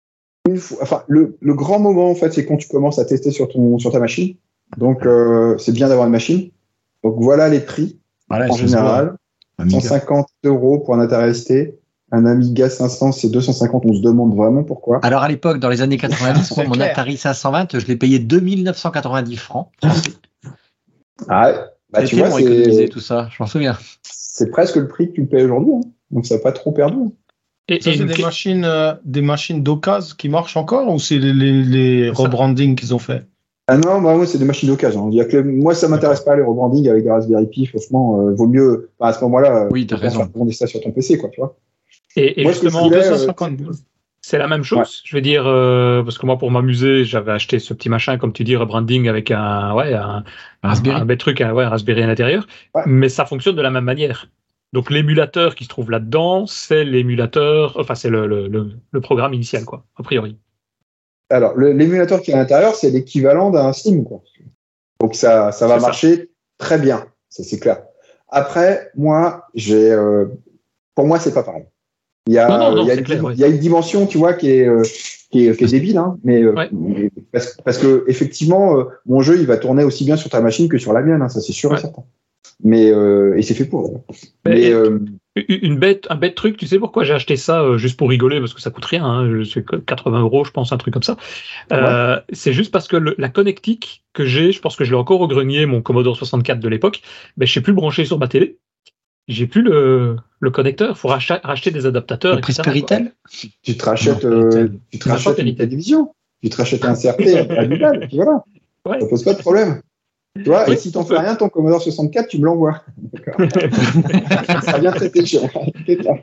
grand moment en fait, c'est quand tu commences à tester sur ta machine. Donc, c'est bien d'avoir une machine. Donc voilà les prix en général. 150 € pour un Atari ST. Un Amiga 500, c'est 250. On se demande vraiment pourquoi. Alors, à l'époque, dans les années 90, mon clair. Atari 520, je l'ai payé 2990 francs. Ah, tu vois, c'est tout ça, je m'en souviens. C'est presque le prix que tu payes aujourd'hui. Hein. Donc, ça n'a pas trop perdu. Et ça, c'est des machines d'occasion qui marchent encore ou c'est les rebrandings qu'ils ont fait? Ah non, moi, c'est des machines d'occasion. Moi, ça m'intéresse pas les rebrandings avec des Raspberry Pi. Franchement, vaut mieux, à ce moment-là, t'as raison. Faire ça sur ton PC, quoi, tu vois. Et moi, justement, 250. C'est la même chose. Ouais. Je veux dire, parce que moi, pour m'amuser, j'avais acheté ce petit machin, comme tu dis, rebranding avec un Raspberry. Un bête truc, un Raspberry à l'intérieur. Ouais. Mais ça fonctionne de la même manière. Donc, l'émulateur qui se trouve là-dedans, c'est l'émulateur, enfin, c'est le programme initial, quoi, a priori. Alors, l'émulateur qui est à l'intérieur, c'est l'équivalent d'un Steam, quoi. Donc, ça va marcher très bien. Ça, c'est clair. Après, moi, pour moi, c'est pas pareil. Il y a une dimension, tu vois, qui est débile, hein, mais parce que effectivement, mon jeu, il va tourner aussi bien sur ta machine que sur la mienne, hein, ça c'est sûr et certain. Mais et c'est fait pour. Un bête truc, tu sais pourquoi j'ai acheté ça juste pour rigoler, parce que ça coûte rien, hein, c'est 80 €, je pense, un truc comme ça. C'est juste parce que la connectique que j'ai, je pense que je l'ai encore au grenier, mon Commodore 64 de l'époque, je sais plus le brancher sur ma télé. j'ai plus le connecteur. Il faut racheter des adaptateurs. Le Péritel. Tu te rachètes une télévision. Tu te rachètes un CRT à 10 balles. Puis voilà. Ouais. Ça pose pas de problème. Tu vois, Oui, et si t'en fais rien, ton Commodore 64, tu me l'envoies. D'accord. Ça sera bien traité, t'inquiète pas.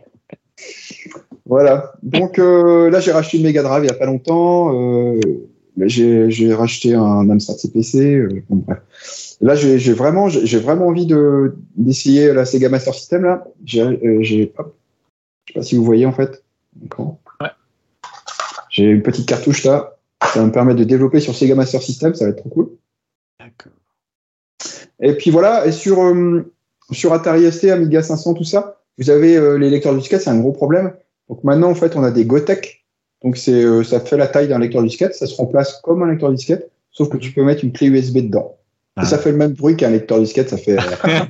Voilà. Donc là, j'ai racheté une Mega Drive il y a pas longtemps. J'ai racheté un Amstrad CPC. Bon, bref. Là, j'ai vraiment envie d'essayer la Sega Master System là. Je sais pas si vous voyez en fait. D'accord. Ouais. J'ai une petite cartouche là. Ça va me permettre de développer sur Sega Master System. Ça va être trop cool. D'accord. Et puis voilà. Et sur Atari ST, Amiga 500, tout ça, vous avez les lecteurs de disquettes, c'est un gros problème. Donc maintenant, en fait, on a des Gotek. Donc ça fait la taille d'un lecteur de disquette. Ça se remplace comme un lecteur de disquette, sauf que tu peux mettre une clé USB dedans. Et ça fait le même bruit qu'un lecteur disquette, ça fait.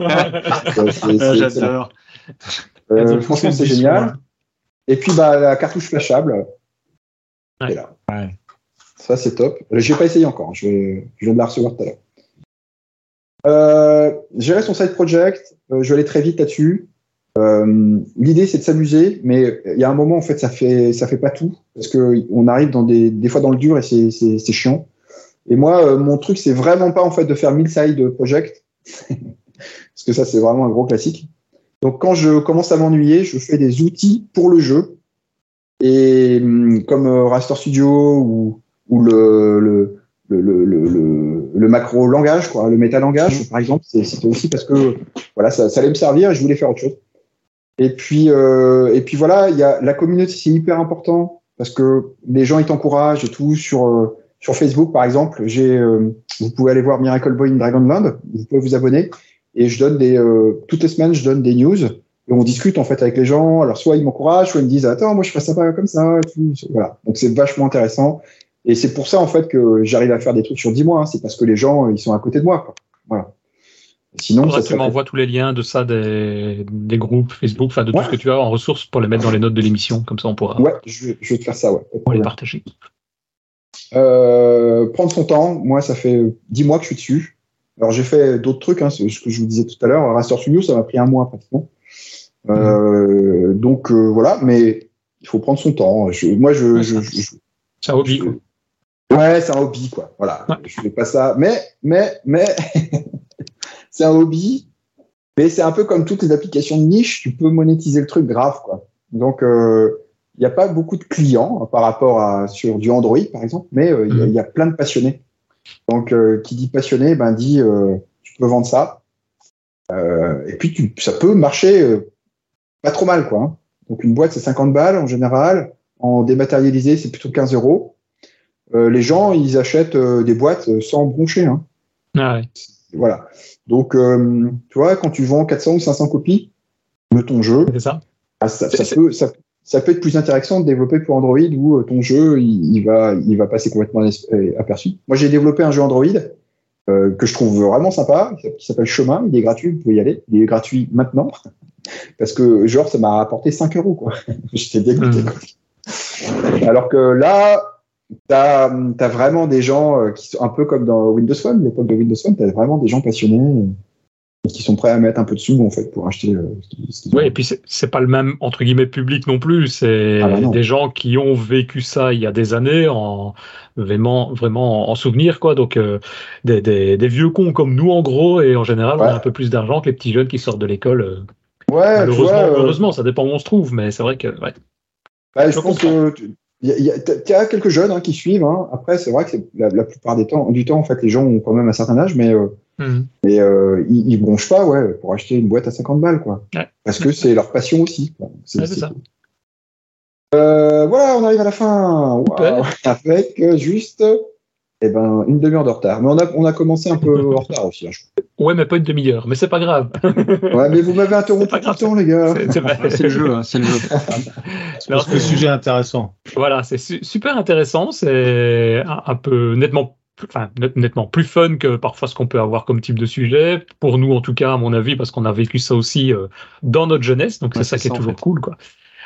J'adore. Franchement, c'est génial. Et puis, la cartouche flashable. Ouais. Et là. Ouais. Ça, c'est top. Je n'ai pas essayé encore. Je viens de la recevoir tout à l'heure. Gérer son side project. Je vais aller très vite là-dessus. L'idée, c'est de s'amuser, mais il y a un moment, en fait, ça fait pas tout. Parce qu'on arrive des fois dans le dur et c'est chiant. Et moi, mon truc, c'est vraiment pas en fait de faire 1000 side project, parce que ça, c'est vraiment un gros classique. Donc, quand je commence à m'ennuyer, je fais des outils pour le jeu, et comme Raster Studio ou le macro langage, quoi, le méta langage, par exemple, c'était aussi parce que voilà, ça allait me servir et je voulais faire autre chose. Et puis voilà, il y a la communauté, c'est hyper important parce que les gens ils t'encouragent et tout sur Facebook, par exemple, vous pouvez aller voir Miracle Boy in Dragonland, vous pouvez vous abonner, et je donne toutes les semaines, je donne des news, et on discute en fait avec les gens. Alors soit ils m'encouragent, soit ils me disent attends, moi je fais ça pas comme ça, et tout. Voilà. Donc c'est vachement intéressant, et c'est pour ça en fait que j'arrive à faire des trucs sur 10 mois. Hein. C'est parce que les gens ils sont à côté de moi, quoi. Voilà. Sinon, tu m'envoies tous les liens de ça, des groupes Facebook, enfin de tout ce que tu as en ressources pour les mettre dans les notes de l'émission, comme ça on pourra. Ouais, je vais te faire ça, ouais. Pour les partager. Prendre son temps, moi ça fait 10 mois que je suis dessus. Alors j'ai fait d'autres trucs, hein, ce que je vous disais tout à l'heure. Raster Studio, ça m'a pris 1 mois pratiquement. Donc voilà, mais il faut prendre son temps. C'est un hobby, quoi. Ouais, c'est un hobby, quoi. Voilà, ouais. Je fais pas ça, mais c'est un hobby, mais c'est un peu comme toutes les applications de niche, tu peux monétiser le truc grave, quoi. Donc il n'y a pas beaucoup de clients par rapport sur du Android, par exemple, mais il y a plein de passionnés. Donc, qui dit passionné, dit tu peux vendre ça. Et puis, ça peut marcher pas trop mal, quoi. Hein. Donc, une boîte, c'est 50 balles en général. En dématérialisé, c'est plutôt 15 €. Les gens, ils achètent des boîtes sans broncher. Hein. Ah ouais. Voilà. Donc, tu vois, quand tu vends 400 ou 500 copies de ton jeu, c'est ça. Ça peut être plus intéressant de développer pour Android où ton jeu il va passer complètement aperçu. Moi, j'ai développé un jeu Android que je trouve vraiment sympa, qui s'appelle Chemin. Il est gratuit, vous pouvez y aller. Il est gratuit maintenant parce que genre ça m'a rapporté 5 €, quoi. J'étais dégoûté. Alors que là, t'as vraiment des gens qui sont un peu comme dans Windows Phone, l'époque de Windows Phone, t'as vraiment des gens passionnés qui sont prêts à mettre un peu de sous en fait pour acheter ce qu'ils ont. Oui, et puis c'est pas le même entre guillemets public non plus, c'est des gens qui ont vécu ça il y a des années vraiment en souvenir, quoi. Donc des vieux cons comme nous en gros, et en général on a un peu plus d'argent que les petits jeunes qui sortent de l'école. Heureusement, ça dépend où on se trouve, mais c'est vrai que je pense que il y a quelques jeunes qui suivent. Hein. Après, c'est vrai que la plupart du temps, en fait, les gens ont quand même un certain âge, mais ils bronchent pas, pour acheter une boîte à 50 balles, quoi. Ouais. Parce que c'est leur passion aussi. Quoi. C'est ça. Cool. Voilà, on arrive à la fin. Wow. Avec juste une demi-heure de retard. Mais on a commencé un peu en retard aussi. Hein, ouais, mais pas une demi-heure. Mais c'est pas grave. Ouais, mais vous m'avez interrompu tout le temps, les gars. C'est le jeu. C'est le jeu. Parce que le sujet est intéressant. Voilà, c'est super intéressant. C'est un peu nettement plus fun que parfois ce qu'on peut avoir comme type de sujet. Pour nous, en tout cas, à mon avis, parce qu'on a vécu ça aussi dans notre jeunesse. Donc, c'est ça qui est toujours cool, quoi.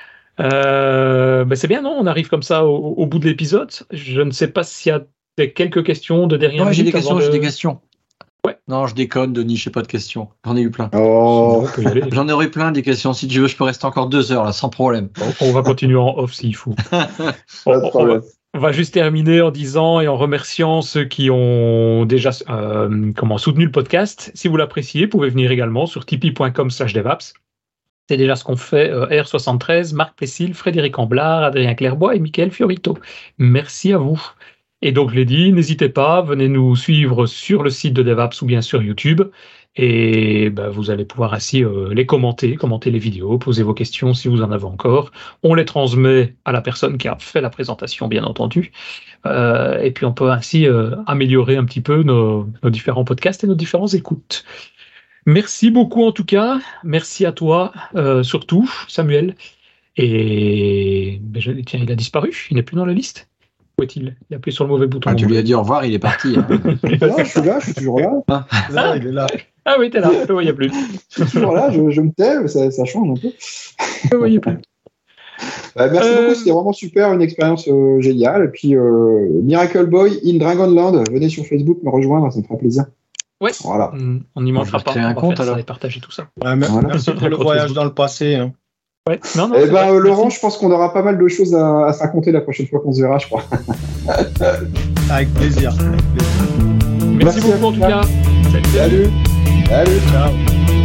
C'est bien, non? On arrive comme ça au bout de l'épisode. Je ne sais pas s'il y a quelques questions de dernière minute. J'ai des questions. Non, je déconne, Denis, je sais pas de questions. J'en ai eu plein. Oh, On peut y aller. J'en aurais plein des questions. Si tu veux, je peux rester encore 2 heures là, sans problème. On va continuer en off s'il faut. pas de problème. On va juste terminer en disant et en remerciant ceux qui ont déjà soutenu le podcast. Si vous l'appréciez, vous pouvez venir également sur tipeee.com/devaps. C'est déjà ce qu'on fait R73, Marc Plessil, Frédéric Amblard, Adrien Clairbois et Mickaël Fiorito. Merci à vous. Et donc, je l'ai dit, n'hésitez pas, venez nous suivre sur le site de DevApps ou bien sur YouTube. Et vous allez pouvoir ainsi les commenter les vidéos, poser vos questions si vous en avez encore. On les transmet à la personne qui a fait la présentation, bien entendu. Et puis, on peut ainsi améliorer un petit peu nos différents podcasts et nos différentes écoutes. Merci beaucoup en tout cas. Merci à toi surtout, Samuel. Et tiens, il a disparu, il n'est plus dans la liste. Où est-il ? Il a appuyé sur le mauvais bouton. Tu lui as dit au revoir, il est parti. Hein. Non, je suis toujours là. Là, il est là. Ah oui, t'es là, je ne voyais plus. Je suis toujours là, je me tais, ça change un peu. Je ne voyais plus. Merci beaucoup, c'était vraiment super, une expérience géniale. Et puis, Miracle Boy in Dragonland, venez sur Facebook me rejoindre, ça me fera plaisir. Ouais, voilà. On n'y manquera pas. Créer un compte alors. Et partager tout ça. Ouais, merci pour le voyage dans le passé. Hein. Ouais. Non, Laurent, je pense qu'on aura pas mal de choses à se raconter la prochaine fois qu'on se verra, je crois. Avec plaisir. Merci beaucoup en tout cas. Salut. Ciao.